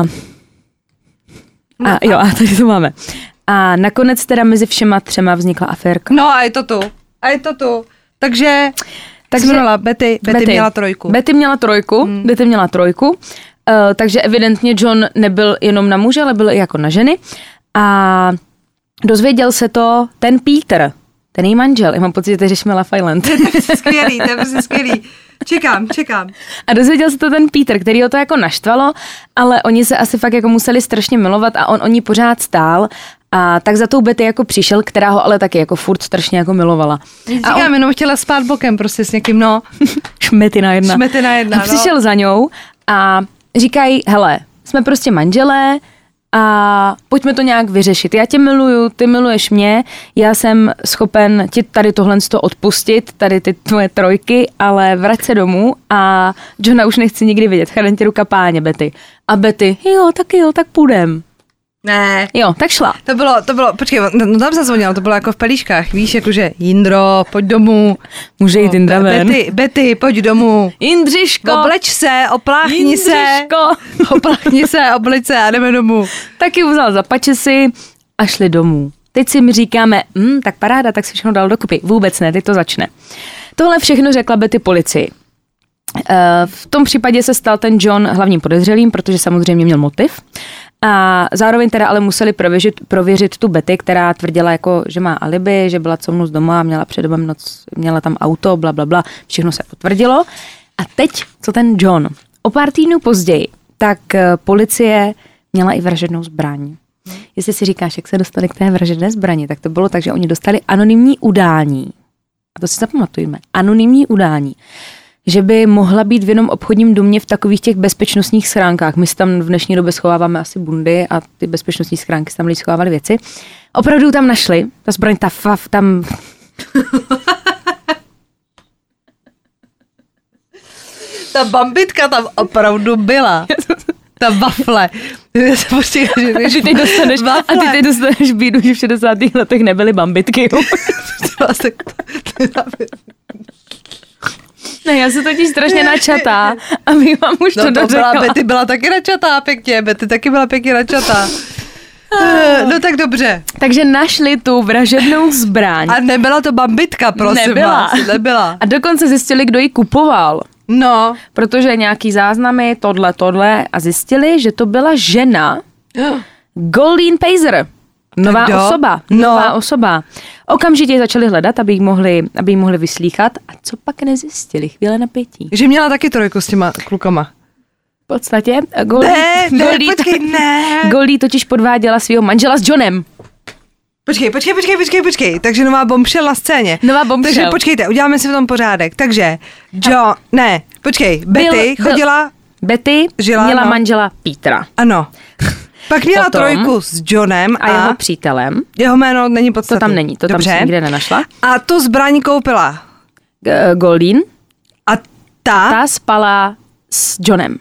tady to máme. A nakonec teda mezi všema třema vznikla aférka. No a je to tu. Takže Betty měla trojku. Betty měla trojku. Takže evidentně John nebyl jenom na muže, ale byl i jako na ženy. A dozvěděl se to ten Peter, ten její manžel. Já mám pocit, že teď řešíme Love Island. To je prostě skvělý. Čekám. A dozvěděl se to ten Peter, který ho to jako naštvalo, ale oni se asi fakt jako museli strašně milovat a on o ní pořád stál. A tak za tou Betty jako přišel, která ho ale taky jako furt strašně jako milovala. Říkám, jenom chtěla spát bokem prostě s někým, no. Šmetina jedna. A přišel za ňou a říkají, hele, jsme prostě manželé a pojďme to nějak vyřešit. Já tě miluju, ty miluješ mě, já jsem schopen ti tady tohle odpustit, tady ty tvoje trojky, ale vrať se domů a Johna už nechci nikdy vidět. Chraň ti ruka páně, Betty. A Betty, jo, tak půjdem. Ne. Jo, tak šla. To bylo, počkej, no tam zazvonilo, to bylo jako v pelíškách, víš, jakože Jindro, pojď domů. Může jít Jindra ven. Betty, pojď domů. Jindřiško. Obleč se, opláchni se, obleč se a jdeme domů. Taky vzal za pačesy a šli domů. Teď si mi říkáme, tak paráda, tak si všechno dal dokupy. Vůbec ne, teď to začne. Tohle všechno řekla Betty policii. V tom případě se stal ten John hlavním podezřelým, protože samozřejmě měl motiv. A zároveň teda ale museli prověřit tu Betty, která tvrdila, jako, že má alibi, že byla celou noc doma, měla před domem noc, měla tam auto, blablabla, všechno se potvrdilo. A teď, co ten John? O pár týdnů později, tak policie měla i vražednou zbraň. Jestli si říkáš, jak se dostali k té vražedné zbrani, tak to bylo tak, že oni dostali anonymní udání. A to si zapamatujeme. Anonymní udání. Že by mohla být v jenom obchodním domě v takových těch bezpečnostních schránkách. My si tam v dnešní době schováváme asi bundy a ty bezpečnostní schránky si tam lidi schovávali věci. Opravdu tam našli, ta zbraň, tam... Ta bambitka tam opravdu byla. Ta wafle. A ty teď dostaneš bídu, že v 60. letech nebyly bambitky. Ne, já jsem totiž strašně načatá a my vám už to dořekla. Betty byla taky načatá pěkně, Betty taky byla pěkně načatá. No tak dobře. Takže našli tu vražednou zbraň. A nebyla to bambitka, prosím vás. Nebyla. A dokonce zjistili, kdo ji kupoval. No. Protože nějaký záznamy, tohle a že to byla žena Goldine Pazer. Nová osoba. Okamžitě ji začali hledat, aby ji mohli vyslýchat. A co pak nezjistili? Chvíle napětí. Že měla taky trojku s těma klukama. V podstatě ne. Goldie totiž podváděla svého manžela s Johnem. Počkej. Takže nová bombshell na scéně. Takže počkejte, uděláme si v tom pořádek. Takže Betty měla manžela Petera. Ano. Pak měla trojku s Johnem a jeho přítelem. Jeho jméno není podstatný. To tam není, to dobře. Tam si nikde nenašla. A tu zbraň koupila Goldine. A ta spala s Johnem.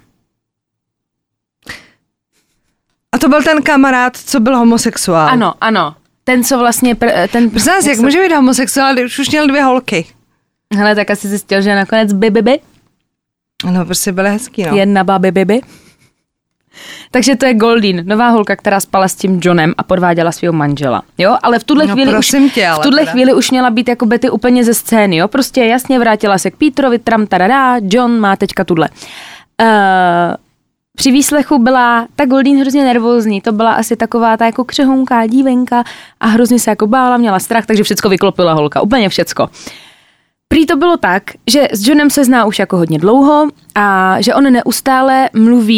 A to byl ten kamarád, co byl homosexuál. Ano. Ten, co vlastně... Zás, jak může být homosexuál, když už měl 2 holky? Hele, tak asi zjistil, že nakonec by. No, prostě byly hezký, no. Jedna by. Takže to je Goldine, nová holka, která spala s tím Johnem a podváděla svého manžela. Jo, ale v tuhle chvíli už měla být jako Betty úplně ze scény, jo. Prostě jasně vrátila se k Peterovi, tram tarará, John má teďka tudle. při výslechu byla ta Goldine hrozně nervózní, to byla asi taková ta jako křehonká dívenka a hrozně se jako bála, měla strach, takže všecko vyklopila holka, úplně všecko. Prý to bylo tak, že s Johnem se zná už jako hodně dlouho a že on neustále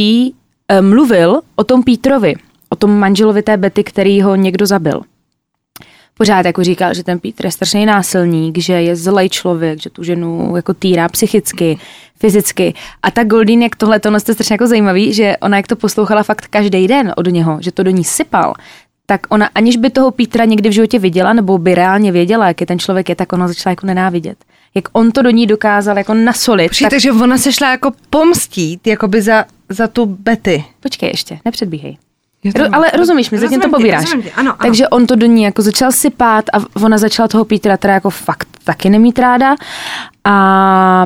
mluvil o tom Peterovi, o tom manželovi té Betty, který ho někdo zabil. Pořád jako říkal, že ten Peter je strašný násilník, že je zlej člověk, že tu ženu jako týrá psychicky, fyzicky. A ta Goldine, jak tohle je strašně jako zajímavý, že ona jak to poslouchala fakt každý den od něho, že to do ní sypal, tak ona aniž by toho Petera někdy v životě viděla, nebo by reálně věděla, jak je ten člověk je, tak ona začala jako nenávidět. Jak on to do ní dokázal jako nasolit. Takže ona se šla jako pomstít, jakoby za tu Betty. Počkej ještě, nepředbíhej. Ale rozumíš mi, zatím to pobíráš. Ano. Takže on to do ní jako začal sypát a ona začala toho Petera teda jako fakt taky nemít ráda a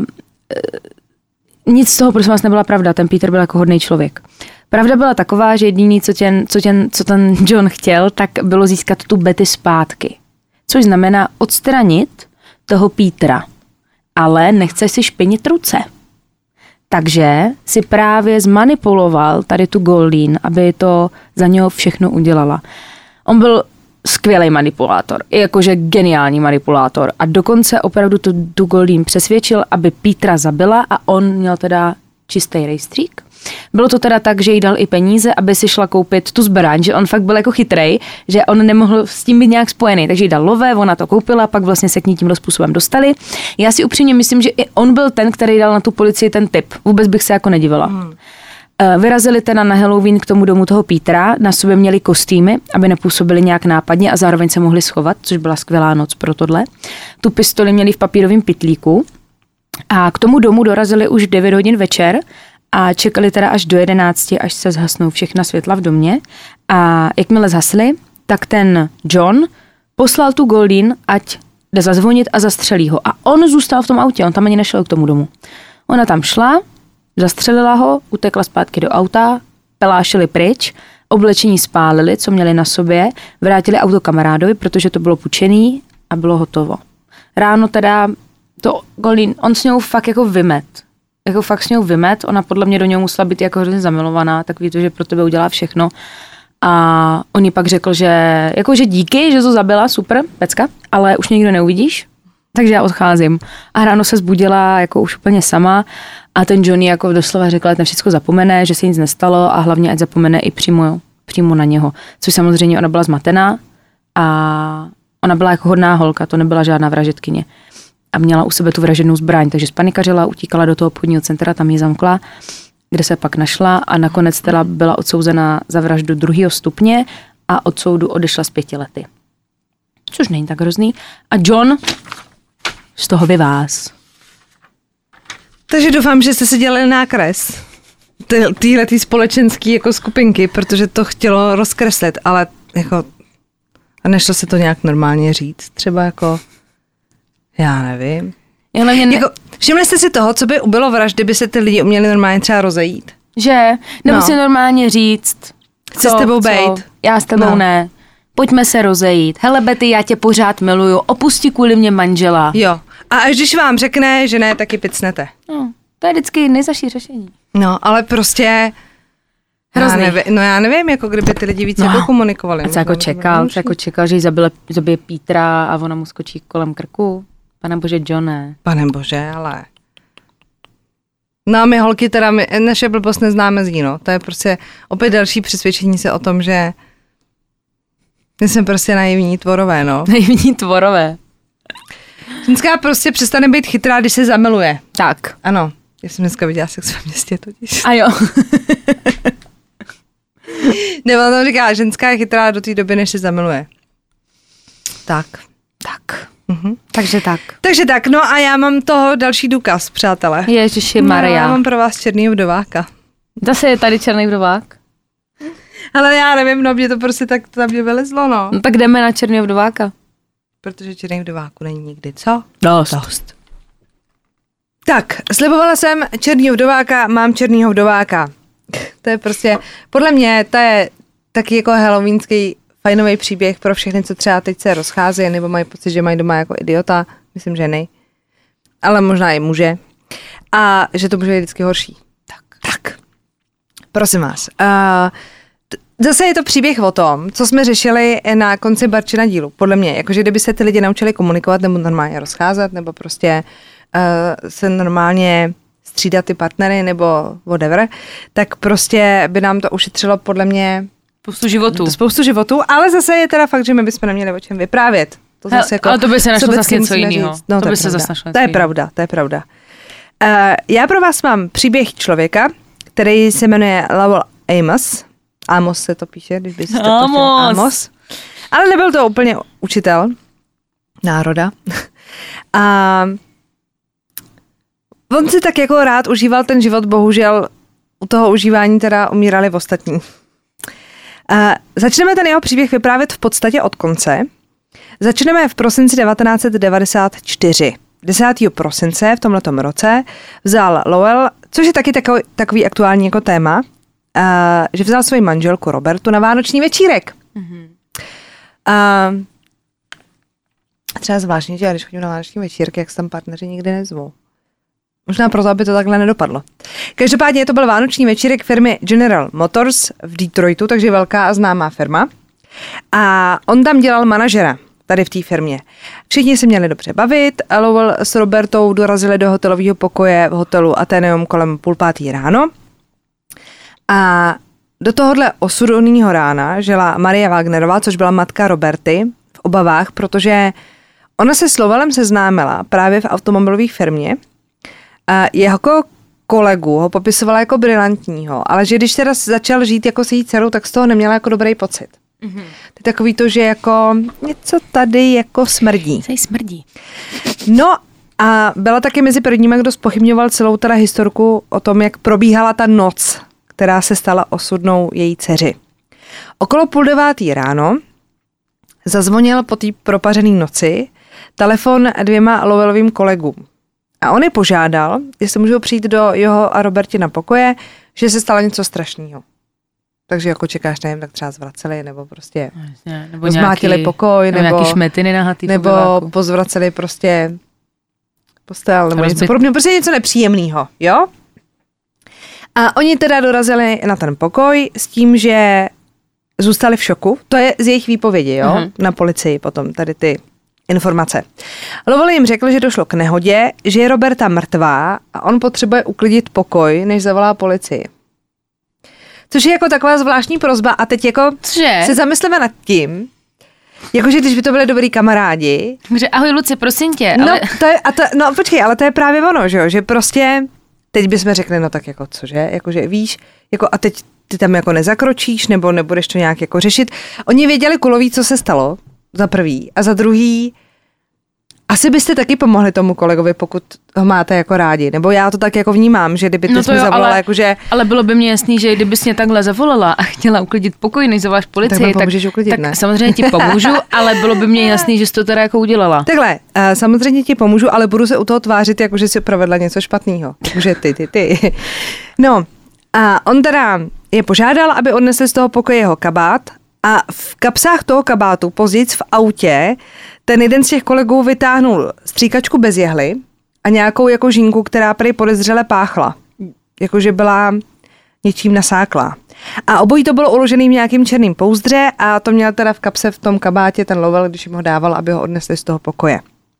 nic z toho, prosím vás, nebyla pravda. Ten Peter byl jako hodný člověk. Pravda byla taková, že jediný, co ten John chtěl, tak bylo získat tu Betty zpátky. Což znamená odstranit toho Petera. Ale nechce si špinit ruce. Takže si právě zmanipuloval tady tu Goldine, aby to za něho všechno udělala. On byl skvělý manipulátor, jakože geniální manipulátor a dokonce opravdu tu Goldine přesvědčil, aby Petera zabila a on měl teda čistý rejstřík. Bylo to teda tak, že jí dal i peníze, aby si šla koupit tu zbraň, že on fakt byl jako chytrej, že on nemohl s tím být nějak spojený, takže jí dal lové, ona to koupila, pak vlastně se k ní tímhle způsobem dostali. Já si upřímně myslím, že i on byl ten, který dal na tu policii ten tip. Vůbec bych se jako nedivila. Vyrazili teda na Halloween k tomu domu toho Petera, na sobě měli kostýmy, aby nepůsobili nějak nápadně a zároveň se mohli schovat, což byla skvělá noc pro tohle. Tu pistoli měli v papírovém pytlíku a k tomu domu dorazili už 9 hodin večer a čekali teda až do 11, až se zhasnou všechna světla v domě. A jakmile zhasly, tak ten John poslal tu Goldine, ať jde zazvonit a zastřelí ho. A on zůstal v tom autě, on tam ani nešel k tomu domu. Ona tam šla, zastřelila ho, utekla zpátky do auta, pelášili pryč, oblečení spálili, co měli na sobě, vrátili auto kamarádovi, protože to bylo půjčený a bylo hotovo. Ráno teda to Goldine, on s ňou fakt jako vymet. Jako fakt s ňou vymet, ona podle mě do něho musela být jako hrozně zamilovaná, tak ví to, že pro tebe udělá všechno. A on jí pak řekl, že díky, že to zabila, super, pecka, ale už nikdo neuvidíš, takže já odcházím. A ráno se zbudila jako už úplně sama a ten Johnny jako doslova řekl, že na všechno zapomene, že se nic nestalo a hlavně ať zapomene i přímo na něho. Což samozřejmě ona byla zmatená a ona byla jako hodná holka, to nebyla žádná vražedkyně. A měla u sebe tu vražednou zbraň, takže spanikařila, utíkala do toho obchodního centra, tam ji zamkla, kde se pak našla a nakonec teda byla odsouzena za vraždu 2. stupně a od soudu odešla z 5 lety. Což není tak hrozný. A John z toho vyváz. Takže doufám, že jste si dělali nákres týhletý společenský jako skupinky, protože to chtělo rozkreslit, ale jako a nešlo se to nějak normálně říct. Třeba jako já nevím. Jako, všimli jste si toho, co by ubylo vraždy, by se ty lidi uměli normálně třeba rozejít? Že? Nebo si normálně říct, chci s tebou bejt. Já s tebou ne. Pojďme se rozejít. Hele Betty, já tě pořád miluju. Opusti kvůli mě manžela. Jo. A až když vám řekne, že ne, taky picnete. No, to je vždycky nejzaší řešení. No, ale prostě hrozný. Já nevím, jako kdyby ty lidi víc jako komunikovali. A co jako čekal, že jí zabije Petera a ona mu skočí kolem krku? Pane bože, Johne. Pane bože, ale... No my holky teda, naše blbost neznáme z no. To je prostě opět další přesvědčení se o tom, že my jsme prostě naivní tvorové, no. Naivní tvorové. Ženská prostě přestane být chytrá, když se zamiluje. Tak. Ano. Já jsem dneska viděla Sex ve městě totiž. A jo. Nebo tam říká, ženská je chytrá do té doby, než se zamiluje. Tak. Takže tak, no a já mám toho další důkaz, přátelé. Ježiši Maria. Já mám pro vás černýho vdováka. Zase je tady černý vdovák? Ale já nevím, no mě to prostě tak tam mě vylezlo, no. No tak jdeme na černýho vdováka. Protože černý vdováku není nikdy, co? Dost. Tak, slibovala jsem černýho vdováka, mám černýho vdováka. To je prostě, podle mě, to je taky jako halloweenský fajnový příběh pro všechny, co třeba teď se rozcházejí, nebo mají pocit, že mají doma jako idiota. Myslím, že nej. Ale možná i muže. A že to může být vždycky horší. Tak. Prosím vás. Zase je to příběh o tom, co jsme řešili na konci Barčina dílu. Podle mě, jakože kdyby se ty lidi naučili komunikovat nebo normálně rozcházet, nebo prostě se normálně střídat ty partnery nebo whatever, tak prostě by nám to ušetřilo podle mě spoustu životů, ale zase je teda fakt, že my bychom neměli o čem vyprávět. To zase jako, ale to by se našlo zase něco jiného. No, to by se zase našlo. To je pravda. Já pro vás mám příběh člověka, který se jmenuje Lowell Amos. Amos se to píše, když byste to Amos. Ale nebyl to úplně učitel národa. A on si tak jako rád užíval ten život, bohužel u toho užívání teda umírali v ostatní. Začneme ten jeho příběh vyprávět v podstatě od konce. Začneme v prosinci 1994. 10. prosince v tomhletom roce vzal Lowell, což je taky takový aktuální jako téma, že vzal svoji manželku Robertu na vánoční večírek. Mm-hmm. Třeba zvláštní, že já když chodím na vánoční večírky, jak se tam partneři nikdy nezvou. Možná proto, aby to takhle nedopadlo. Každopádně to byl vánoční večírek firmy General Motors v Detroitu, takže velká a známá firma. A on tam dělal manažera tady v té firmě. Všichni se měli dobře bavit. Lowell s Robertou dorazili do hotelového pokoje v hotelu Atheneum kolem 4:30 ráno. A do tohohle osudného rána žila Marie Wagnerová, což byla matka Roberty, v obavách, protože ona se s Lowellem seznámila právě v automobilové firmě. A jeho kolegu ho popisovala jako brilantního, ale že když teda začal žít jako se jí dcerou, tak z toho neměla jako dobrý pocit. Mm-hmm. To je takový to, že jako něco tady jako smrdí. Tady smrdí. No a byla taky mezi prvníma, kdo zpochybňoval celou teda historku o tom, jak probíhala ta noc, která se stala osudnou její dceři. Okolo 8:30 ráno zazvonil po té propařené noci telefon 2 Lowellovým kolegům. A on je požádal, jestli můžou přijít do jeho a Robertina pokoje, že se stalo něco strašného. Takže jako čekáš, nevím, tak třeba zvraceli, nebo prostě zmátili pokoj, nebo nějaký šmetiny nahatý nebo pozvraceli prostě postel, nebo něco podobného, prostě něco nepříjemného, jo? A oni teda dorazili na ten pokoj s tím, že zůstali v šoku. To je z jejich výpovědi, jo? Uh-huh. Na policii potom tady ty informace. Lowell jim řekl, že došlo k nehodě, že je Roberta mrtvá a on potřebuje uklidit pokoj, než zavolá policii. Což je jako taková zvláštní prosba a teď jako se zamysleme nad tím, jakože když by to byli dobrý kamarádi. Takže ahoj Luci, prosím tě. Ale... No počkej, ale to je právě ono, že prostě teď bychom řekli, no tak jako cože, jakože víš, jako a teď ty tam jako nezakročíš nebo nebudeš to nějak jako řešit. Oni věděli kuloví, co se stalo, za prvý a za druhý, asi byste taky pomohli tomu kolegovi, pokud ho máte jako rádi. Nebo já to tak jako vnímám, že kdyby ty jsi mi zavolala jakože... Ale bylo by mě jasný, že kdybys mě takhle zavolala a chtěla uklidit pokoj, než zavoláš policii, tak samozřejmě ti pomůžu, ale bylo by mě jasný, že jsi to teda jako udělala. Takhle, samozřejmě ti pomůžu, ale budu se u toho tvářit, jako že jsi provedla něco špatného. Takže ty. No, a on teda je požádal, aby odnesli z toho pokoje jeho kabát a v kapsách toho kabátu později v autě ten jeden z těch kolegů vytáhnul stříkačku bez jehly a nějakou jako žínku, která prý podezřele páchla. Jakože byla něčím nasáklá. A obojí to bylo uložený v nějakým černým pouzdře a to měl teda v kapse v tom kabátě ten Lowell, když jim ho dával, aby ho odnesli z toho pokoje.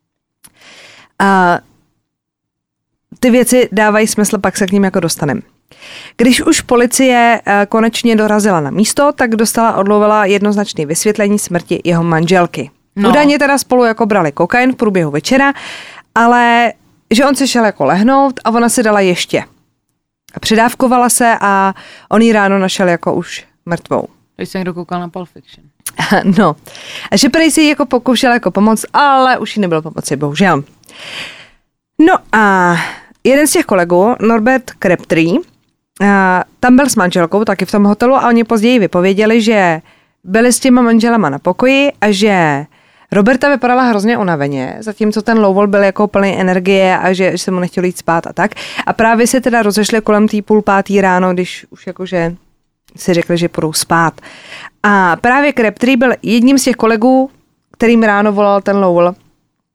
A ty věci dávají smysl, pak se k ním jako dostaneme. Když už policie konečně dorazila na místo, tak dostala od Lowella jednoznačné vysvětlení smrti jeho manželky. No. Údajně teda spolu jako brali kokain v průběhu večera, ale že on se šel jako lehnout a ona se dala ještě. A předávkovala se a on ji ráno našel jako už mrtvou. Teď jsem někdo koukal na Pulp Fiction. No. A že prej si ji jako pokoušel jako pomoct, ale už jí nebylo pomoci, bohužel. No a jeden z těch kolegů, Norbert Crabtree, tam byl s manželkou taky v tom hotelu a oni později vypověděli, že byli s těma manželama na pokoji a že Roberta vypadala hrozně unaveně, zatímco ten Lowell byl jako plný energie a že se mu nechtělo jít spát a tak. A právě se teda rozešli kolem 4:30 ráno, když už jakože si řekli, že půjdou spát. A právě Crabtree byl jedním z těch kolegů, kterým ráno volal ten Lowell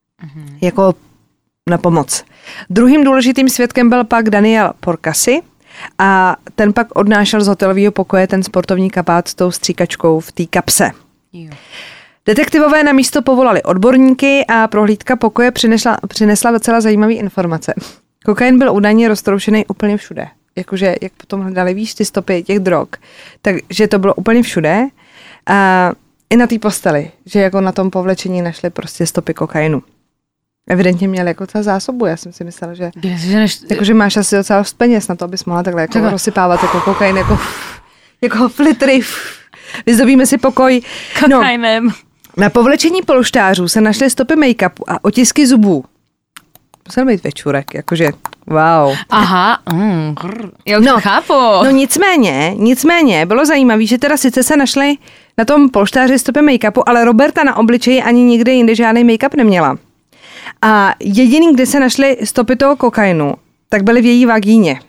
jako na pomoc. Druhým důležitým svědkem byl pak Daniel Porcasi A ten pak odnášel z hotelového pokoje ten sportovní kabát s tou stříkačkou v té kapse. Jo. Detektivové na místo povolali odborníky a prohlídka pokoje přinesla docela zajímavé informace. Kokain byl údajně roztroušený úplně všude. Jakože, jak potom hledali, víš, ty stopy těch drog. Takže to bylo úplně všude. A i na té posteli, že jako na tom povlečení našli prostě stopy kokainu. Evidentně měli jako celá zásobu, já jsem si myslela, že jakože máš asi docela dost peněz na to, abys mohla takhle jako rozsypávat jako kokain, jako flitry. Vyzdobíme si pokoj. Kokainem. No, na povlečení polštářů se našly stopy make-upu a otisky zubů. Musel být večůrek, jakože wow. Aha, já už to chápu. No nicméně bylo zajímavé, že teda sice se našly na tom polštáři stopy make-upu, ale Roberta na obličeji ani nikde jinde žádný make-up neměla. A jediný, kde se našly stopy toho kokainu, tak byly v její vagíně.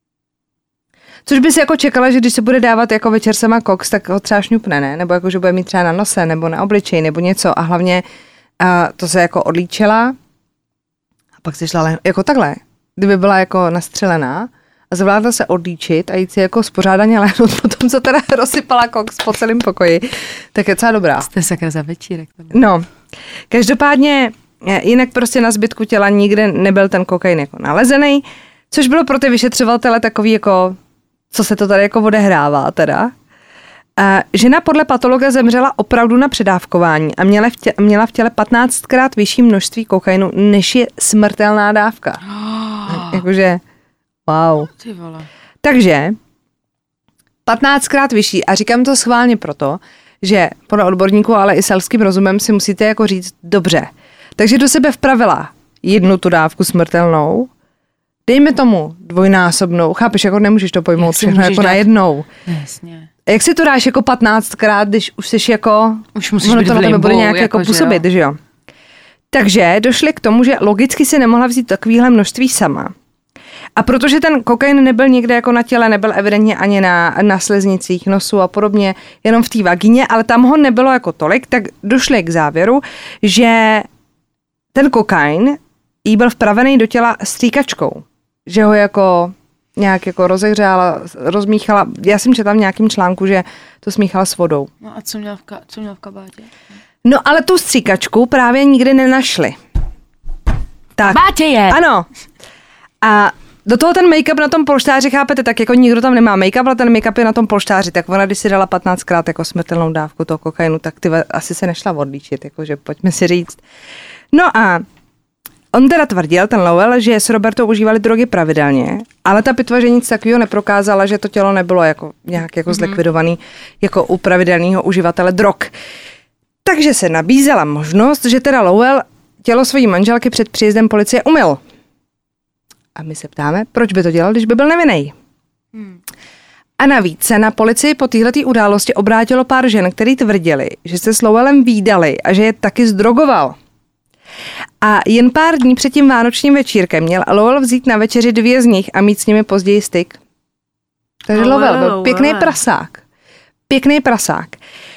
Což by si jako čekala, že když se bude dávat jako večer sama koks, tak ho třeba šňupne, ne? Nebo jako, že bude mít třeba na nose, nebo na obličeji, nebo něco. A hlavně to se jako odlíčila a pak si šla jako takhle. Kdyby byla jako nastřelená a zvládla se odlíčit a jít si jako spořádaně lehnout po tom, co teda rozsypala koks po celém pokoji, tak je docela dobrá. Jste sakra za večírek. No, každopádně jinak prostě na zbytku těla nikde nebyl ten kokain jako nalezený, což bylo pro ty vyšetřovatele takový jako, co se to tady jako odehrává teda. Žena podle patologa zemřela opravdu na předávkování a měla v těle 15krát vyšší množství kokainu, než je smrtelná dávka. Jakože, wow. Ty vole. Takže 15krát vyšší a říkám to schválně proto, že podle odborníků, ale i selským rozumem si musíte jako říct dobře. Takže do sebe vpravila jednu tu dávku smrtelnou, dejme tomu dvojnásobnou, chápeš, jako nemůžeš to pojmout všechno jako najednou. Jasně. Jak si to dáš jako 15krát, když už jsi jako, už musíš ono být to na tebe bude nějak jako působit, jo. že jo. Takže došli k tomu, že logicky si nemohla vzít takovýhle sama. A protože ten kokain nebyl někde jako na těle, nebyl evidentně ani na sliznicích, nosu a podobně, jenom v té vagíně, ale tam ho nebylo jako tolik, tak došli k závěru, že ten kokain jí byl vpravený do těla stříkačkou. Že ho jako nějak jako rozehřála, rozmíchala. Já jsem četla v nějakém článku, že to smíchala s vodou. No a co měl v kabátě? No ale tu stříkačku právě nikdy nenašli. Tak. Bátě je! Ano. A do toho ten make-up na tom polštáři, chápete, tak jako nikdo tam nemá make-up, ale ten make-up je na tom polštáři, tak ona, když si dala 15krát jako smrtelnou dávku toho kokainu, tak ty asi se nešla odlíčit, jakože pojďme si říct. No a on teda tvrdil, ten Lowell, že s Robertou užívali drogy pravidelně, ale ta pitva, že nic takového neprokázala, že to tělo nebylo jako nějak jako zlikvidovaný jako u pravidelného uživatele drog. Takže se nabízela možnost, že teda Lowell tělo své manželky před příjezdem policie umyl. A my se ptáme, proč by to dělal, když by byl nevinnej. A navíc se na policii po téhletý události obrátilo pár žen, který tvrdili, že se s Lowellem vídali a že je taky zdrogoval. A jen pár dní před tím vánočním večírkem měl Lowell vzít na večeři 2 z nich a mít s nimi později styk. Takže Lowell byl pěkný prasák. Pěkný prasák.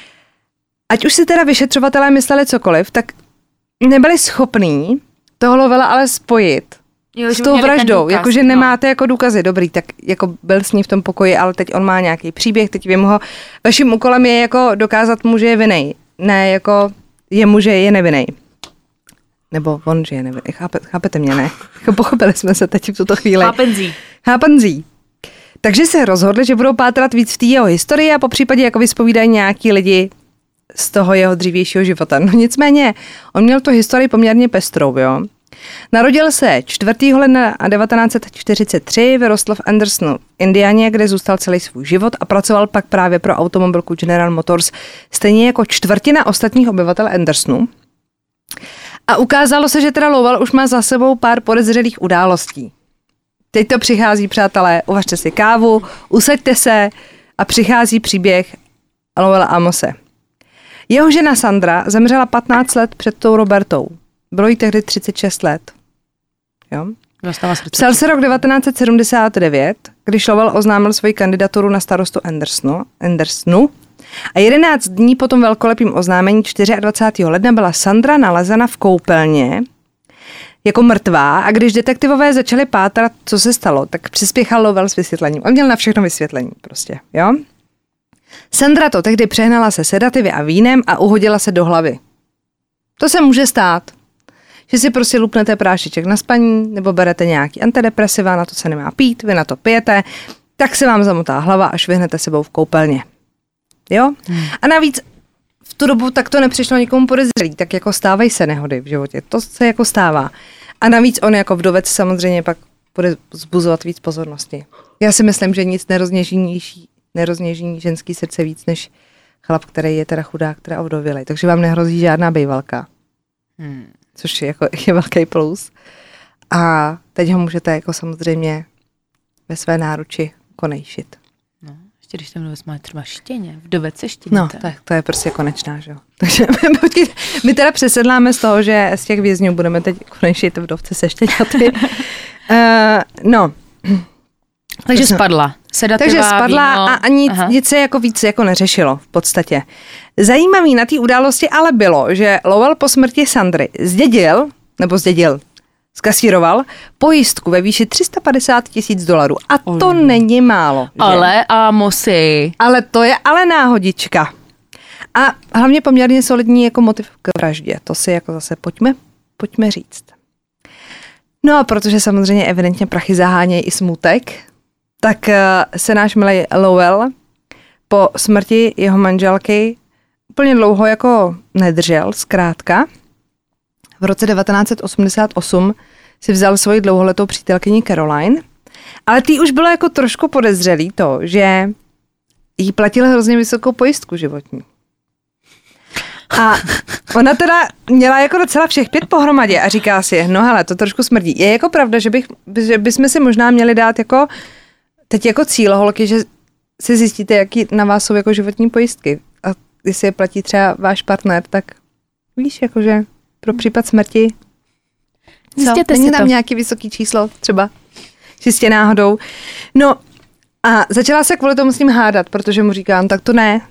Ať už si teda vyšetřovatelé mysleli cokoliv, tak nebyli schopní toho Lowella ale spojit s tou vraždou. Jakože nemáte jako důkazy, dobrý, tak jako byl s ní v tom pokoji, ale teď on má nějaký příběh, teď vím ho. Vaším úkolem je jako dokázat mu, že je vinnej. Ne jako jemu, že je nevinnej. Nebo on, že je nevinný. Chápete mě, ne? Pochopili jsme se teď v tuto chvíli. Chápenzí. Takže se rozhodli, že budou pátrat víc v té jeho historii a popřípadě jako vyspovídají nějaký lidi z toho jeho dřívějšího života. No nicméně, on měl tu historii poměrně pestrou, jo. Narodil se 4. ledna 1943, vyrostl v Andersonu, Indianě, kde zůstal celý svůj život a pracoval pak právě pro automobilku General Motors, stejně jako 1/4 ostatních obyvatel Andersonu. A ukázalo se, že teda Lowell už má za sebou pár podezřelých událostí. Teď to přichází, přátelé, uvařte si kávu, usaďte se a přichází příběh Lowella Amose. Jeho žena Sandra zemřela 15 let před tou Robertou. Bylo jí tehdy 36 let. Jo? Psal se rok 1979, když Lowell oznámil svoji kandidaturu na starostu Andersonu a 11 dní po tom velkolepým oznámení 24. ledna byla Sandra nalezena v koupelně jako mrtvá a když detektivové začali pátrat, co se stalo, tak přispěchal Lowell s vysvětlením. On měl na všechno vysvětlení prostě, jo. Sandra to tehdy přehnala se sedativy a vínem a uhodila se do hlavy. To se může stát, že si prostě lupnete prášeček na spaní nebo berete nějaký antidepresiva, na to se nemá pít, vy na to pijete, tak se vám zamotá hlava a švihnete sebou v koupelně. Jo? A navíc v tu dobu tak to nepřišlo nikomu podezřelý, tak jako stávají se nehody v životě, to se jako stává. A navíc on jako vdovec samozřejmě pak bude vzbuzovat víc pozornosti. Já si myslím, že nic nerozněží ženský srdce víc, než chlap, který je teda chudák, teda ovdovělej. Takže vám nehrozí žádná bejvalka. Což je velký plus. A teď ho můžete jako samozřejmě ve své náruči konejšit. No, ještě když ten vdovec má třeba štěně, vdovec se štěněte. No, tak to je prostě konečná, že jo. Takže my teda přesedláme z toho, že z těch vězňů budeme teď konejšit vdovce se štěňaty. No. Takže spadla. Sedativa, takže spadla víno. a nic se jako víc jako neřešilo v podstatě. Zajímavý na té události ale bylo, že Lowell po smrti Sandry zkasíroval pojistku ve výši $350,000 a to není málo. Že? Ale Amosy. Ale to je ale náhodička. A hlavně poměrně solidní jako motiv k vraždě. To si jako zase pojďme říct. No a protože samozřejmě evidentně prachy zahánějí i smutek, tak se náš milý Lowell po smrti jeho manželky úplně dlouho jako nedržel, zkrátka. V roce 1988 si vzal svoji dlouholetou přítelkyni Caroline, ale tý už bylo jako trošku podezřelý to, že jí platil hrozně vysokou pojistku životní. A ona teda měla jako docela všech 5 pohromadě a říká si, no hele, to trošku smrdí. Je jako pravda, že bychom si možná měli dát jako teď jako cíl, holky, že si zjistíte, jaký na vás jsou jako životní pojistky. A jestli je platí třeba váš partner, tak víš, jakože pro případ smrti není tam nějaký vysoký číslo třeba čistě náhodou. No a začala se kvůli tomu s ním hádat, protože mu říkám, tak to ne.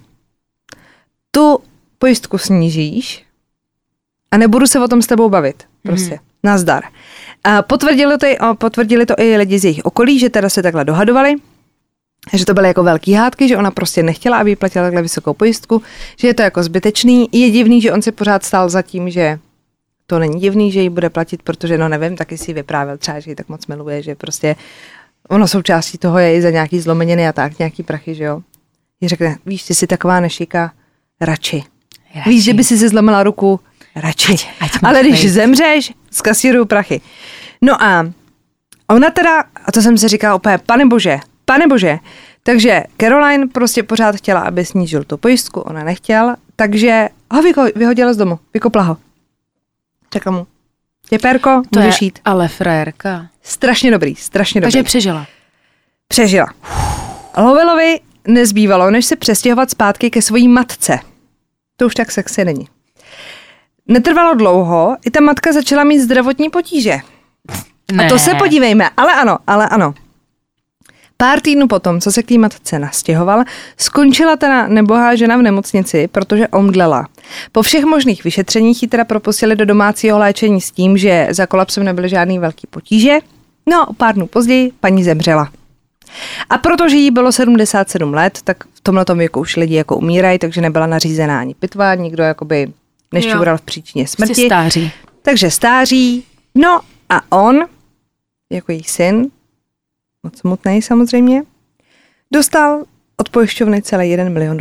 Tu pojistku snížíš a nebudu se o tom s tebou bavit. Prostě. Nazdar. A potvrdili to i lidi z jejich okolí, že teda se takhle dohadovali, že to byly jako velký hádky, že ona prostě nechtěla, aby jí platila takhle vysokou pojistku, že je to jako zbytečný. Je divný, že on si pořád stál za tím, že to není divný, že jí bude platit, protože no nevím, taky si vyprávěl třeba, že jí tak moc miluje, že prostě ono součástí toho je i za nějaký zlomeniny a tak, nějaký prachy, že jo. Jí řekne, víš, ty jsi taková nešika, radši. Víš, že by si zlomila ruku, radši. Ale když zemřeš, zkasíruju prachy. No a ona teda, a to jsem si říkala úplně, pane bože. Takže Caroline prostě pořád chtěla, aby snížil tu pojistku, ona nechtěl, takže ho vyhodila z domu, vykopla ho. Řekla mu, těpérko, můžeš jít. Ale frérka. Strašně dobrý. Takže Přežila. Lowellovi nezbývalo, než se přestěhovat zpátky ke svojí matce. To už tak sexy není. Netrvalo dlouho, i ta matka začala mít zdravotní potíže. Ne. A to se podívejme, ale ano. Pár týdnů potom, co se k té matce nastěhoval, skončila ta nebohá žena v nemocnici, protože omdlela. Po všech možných vyšetřeních ji teda propustili do domácího léčení s tím, že za kolapsem nebyly žádný velký potíže. No a pár dnů později paní zemřela. A protože jí bylo 77 let, tak v tomhletom věku už lidi jako umírají, takže nebyla nařízená ani pitva, nikdo jakoby nešťoural v příčině smrti. Stáří. Takže stáří. No a on, jako její syn, moc smutnej samozřejmě, dostal od pojišťovny celý $1 milion.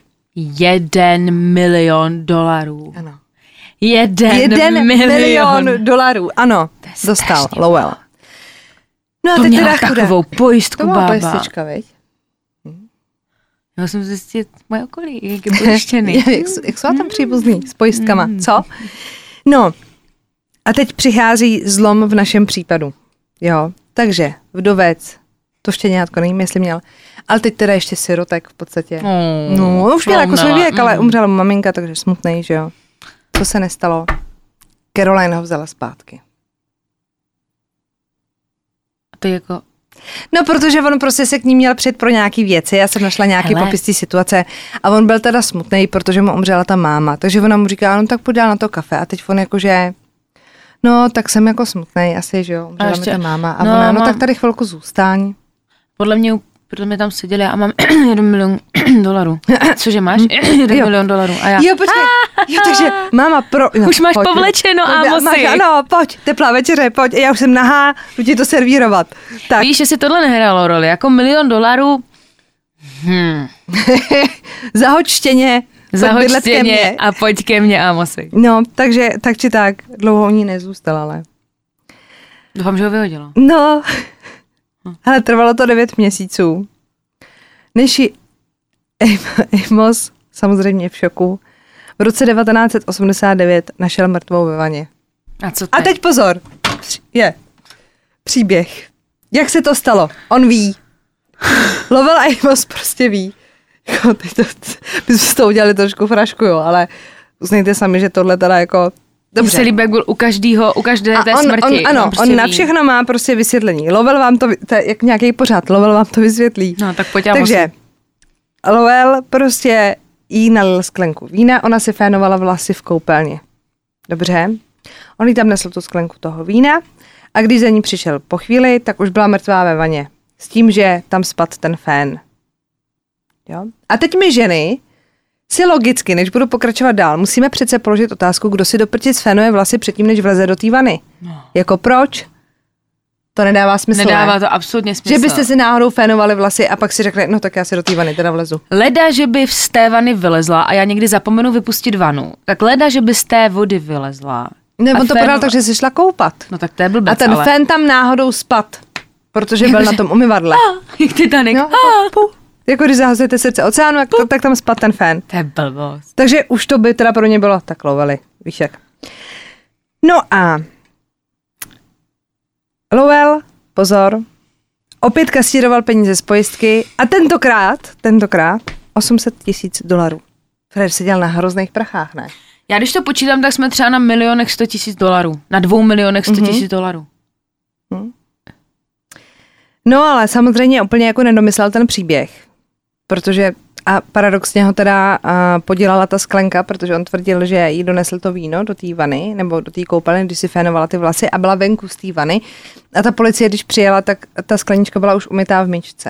$1 milion. Ano. $1 milion. Ano, dostal Lowell. No a to teď měla teda takovou pojistku, bába. To byla pojistička, veď? Já jsem zjistit moje okolí, jak je pojištěný. jak jsou tam příbuzný s pojistkama, co? No, a teď přichází zlom v našem případu. Jo, takže vdovec, to štěňátko nevím, jestli měl, ale teď teda ještě sirotek v podstatě. No, už měl jako svůj věk, ale umřela mu maminka, takže smutnej, že jo. To se nestalo. Caroline ho vzala zpátky. A to jako... No, protože on prostě se k ní měl přijet pro nějaký věci. Já jsem našla nějaký popis té situace a on byl teda smutný, protože mu umřela ta máma. Takže ona mu říká, no tak pojď dál na to kafe. A teď on jakože, No, tak jsem jako smutnej asi, že jo, umřela mi ta máma. A ona, no tak tady chvilku zůstaň. Podle mě tam seděli a mám $1 milion. Cože máš? $1 milion. A já. Jo, počkej. Jo, takže máma no, už máš povlečeno, Amosy. Ano, pojď, teplá večeře, pojď. Já už jsem nahá, jdu ti to servírovat. Tak. Víš, že si tohle nehrálo roli. Jako $1 milion. Zahoď štěně. Zahoď štěně a pojď ke mně, Amosy. No, takže tak či tak. Dlouho o ní nezůstala, ale. Doufám, že ho vyhodila. No, ale trvalo to 9 měsíců. Než ji Amos, samozřejmě v šoku, v roce 1989 našel mrtvou ve vaně. A teď pozor, je příběh. Jak se to stalo? On ví. Lovell Amos prostě ví. My jsme to udělali trošku frašku, jo, ale uznejte sami, že tohle teda jako... Dobře. Mně se líbí, jak byl u každé té smrti. Ano, prostě on na všechno má prostě vysvětlení. Lovell vám to, jak nějaký pořád, Lovell vám to vysvětlí. No, tak pojď. Takže Lovell prostě jí nalil sklenku vína, ona si fénovala vlasy v koupelně. Dobře. On jí tam nesl tu sklenku toho vína a když za ní přišel po chvíli, tak už byla mrtvá ve vaně. S tím, že tam spadl ten fén. Jo? A teď my ženy si logicky, než budu pokračovat dál, musíme přece položit otázku, kdo si do prčic fénuje vlasy předtím, než vleze do té vany. No. Jako proč? To nedává smysl. Nedává to absolutně smysl. Že byste si náhodou fénovali vlasy a pak si řekli, no tak já si do té vany teda vlezu. Leda, že by z té vany vylezla a já někdy zapomenu vypustit vanu, tak leda, že by z té vody vylezla. Nebo to podal tak, že jsi šla koupat. No tak to je blbec, a ten fén tam náhodou spad, protože byl na tom umyvadle. Jak Titanic. No, jako když zahazujete srdce oceánu, tak tam spad ten fén. To je blbost. Takže už to by teda pro ně bylo tak Lovely, víš jak. No a Lovell, pozor, opět kasíroval peníze z pojistky a tentokrát $800,000. Fred seděl na hrozných prachách, ne? Já když to počítám, tak jsme třeba na $1,100,000. Na $2,100,000. No ale samozřejmě úplně jako nedomyslel ten příběh, protože a paradoxně ho teda podělala ta sklenka, protože on tvrdil, že jí donesl to víno do té vany, nebo do té koupelny, když si fénovala ty vlasy a byla venku z té vany. A ta policie, když přijela, tak ta sklenička byla už umytá v myčce.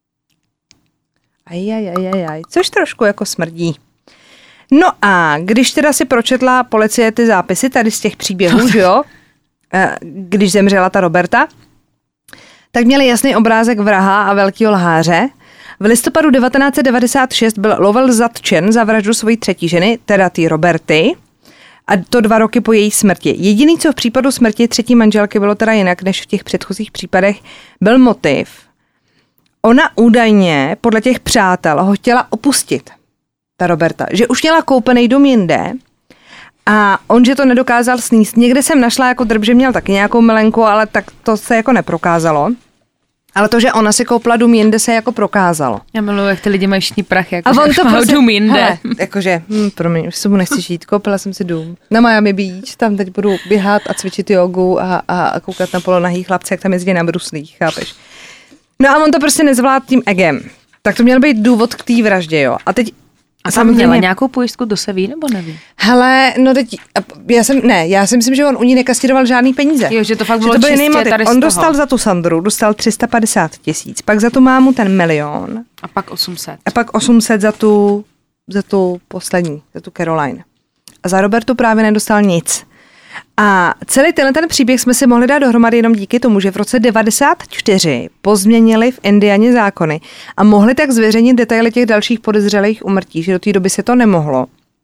Což trošku jako smrdí. No a když teda si pročetla policie ty zápisy tady z těch příběhů, že jo, když zemřela ta Roberta, tak měli jasný obrázek vraha a velkýho lháře. V listopadu 1996 byl Lovell zatčen za vraždu svojí třetí ženy, teda té Roberty, a to 2 roky po její smrti. Jediný, co v případu smrti třetí manželky bylo teda jinak, než v těch předchozích případech, byl motiv. Ona údajně, podle těch přátel, ho chtěla opustit, ta Roberta, že už měla koupený dům jinde a on, že to nedokázal sníst. Někde jsem našla jako drb, že měl taky nějakou milenku, ale tak to se jako neprokázalo. Ale to, že ona si koupila dům jinde, se jako prokázalo. Já miluji, jak ty lidi mají všichni prach, jako a on to prostě, dům jinde. Hele, jakože, promiň, už se mu nechci žít, koupila jsem si dům. Na Miami Beach, tam teď budu běhat a cvičit jogu a koukat na polonahý chlapce, jak tam jezdí na bruslích, chápeš? No a on to prostě nezvládl tím egem. Tak to měl být důvod k té vraždě, jo. A teď a tam měla nějakou pojistku, to se ví nebo neví? Hele, no teď, já si myslím, že on u ní nekastíroval žádný peníze. Jo, že to fakt bylo čistě tady on dostal za tu Sandru, dostal 350,000, pak za tu mámu ten 1 milion. A pak 800. A pak 800 za tu poslední, za tu Caroline. A za Robertu právě nedostal nic. A celý ten příběh jsme si mohli dát dohromady jenom díky tomu, že v roce 1994 pozměnili v Indianě zákony a mohli tak zveřejnit detaily těch dalších podezřelých úmrtí, že do té doby se to nemohlo.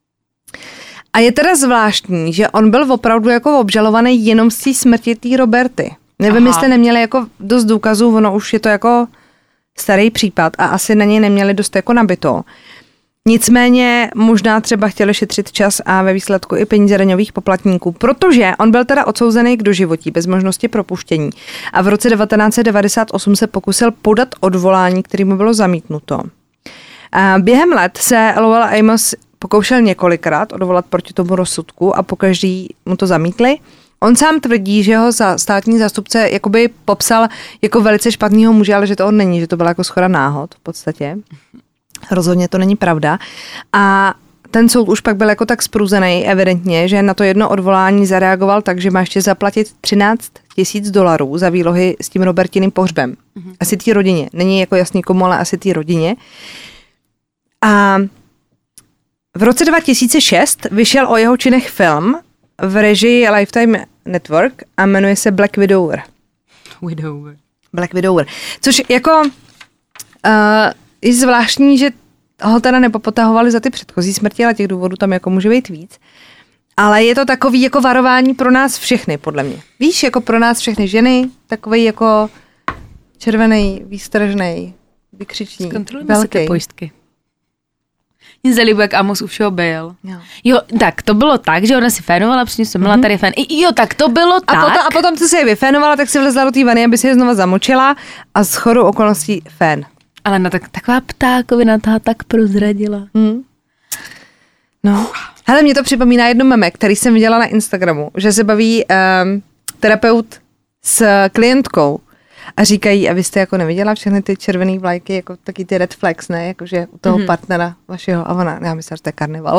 A je teda zvláštní, že on byl opravdu jako obžalovaný jenom z té smrti té Roberty. Nevím, jestli neměli jako dost důkazů, ono už je to jako starý případ a asi na něj neměli dost jako nabito. Nicméně možná třeba chtěli šetřit čas a ve výsledku i peníze daňových poplatníků, protože on byl teda odsouzený k doživotí bez možnosti propuštění a v roce 1998 se pokusil podat odvolání, který mu bylo zamítnuto. A během let se Lovell Amos pokoušel několikrát odvolat proti tomu rozsudku a pokaždý mu to zamítli. On sám tvrdí, že ho státní zástupce jakoby popsal jako velice špatného muže, ale že to on není, že to byla jako shoda náhod v podstatě. Rozhodně to není pravda. A ten soud už pak byl jako tak spruzený evidentně, že na to jedno odvolání zareagoval tak, že má ještě zaplatit $13,000 za výlohy s tím Robertiným pohřbem. Asi té rodině. Není jako jasný komu, ale asi té rodině. A v roce 2006 vyšel o jeho činech film v režii Lifetime Network a jmenuje se Black Widower. Black Widower. Což jako je zvláštní, že ho teda nepopotahovali za ty předchozí smrti, ale těch důvodů tam jako může být víc. Ale je to takový jako varování pro nás všechny, podle mě. Víš, jako pro nás všechny ženy, takový jako červený, výstražnej, vykřičník, velký. Pojistky. Mně se líbí, jak Amos u všeho byl. Jo, tak to bylo tak, že ona si fénovala, protože jsem byla tady fén. Jo, tak to bylo tak. A potom, co si je vyfénovala, tak si vlezla do té vany, aby si je znova zamočila a shodou okolností fén. Ale no taková ptákovina toho tak prozradila. No. Hele, mě to připomíná jedno meme, který jsem viděla na Instagramu, že se baví terapeut s klientkou a říkají, a vy jste jako neviděla všechny ty červený vlajky, jako taky ty red flags, ne? Jakože u toho partnera vašeho, a ona, já myslím, že to je karneval.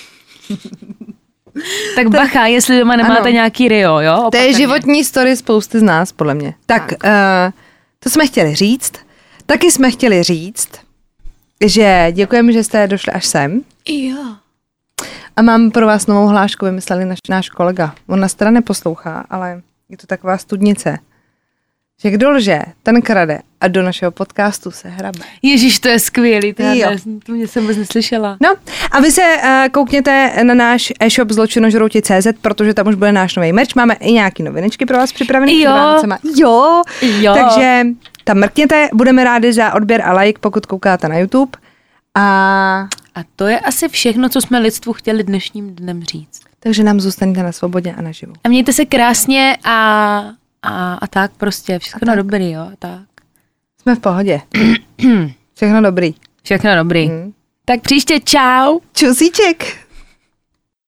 Tak bacha, jestli doma nemáte nějaký Rio, jo? Opatrně. To je životní story spousty z nás, podle mě. Tak, to jsme chtěli říct. Taky jsme chtěli říct, že děkujeme, že jste došli až sem. Jo. A mám pro vás novou hlášku, vymysleli náš kolega. On nás teda neposlouchá, ale je to taková studnice. Že kdo lže, ten krade a do našeho podcastu se hrabe. Ježíš, to je skvělý, to mě jsem vůbec neslyšela. No a vy se koukněte na náš e-shop zločinožrouti.cz, protože tam už bude náš nový merch. Máme i nějaký novinečky pro vás připravené. Jo. Takže tam mrkněte, budeme rádi za odběr a like, pokud koukáte na YouTube. A to je asi všechno, co jsme lidstvu chtěli dnešním dnem říct. Takže nám zůstaňte na svobodě a naživu. A mějte se krásně a tak prostě, všechno dobrý, jo, tak. Jsme v pohodě. Všechno dobrý. Všechno dobrý. Tak příště čau. Čusíček.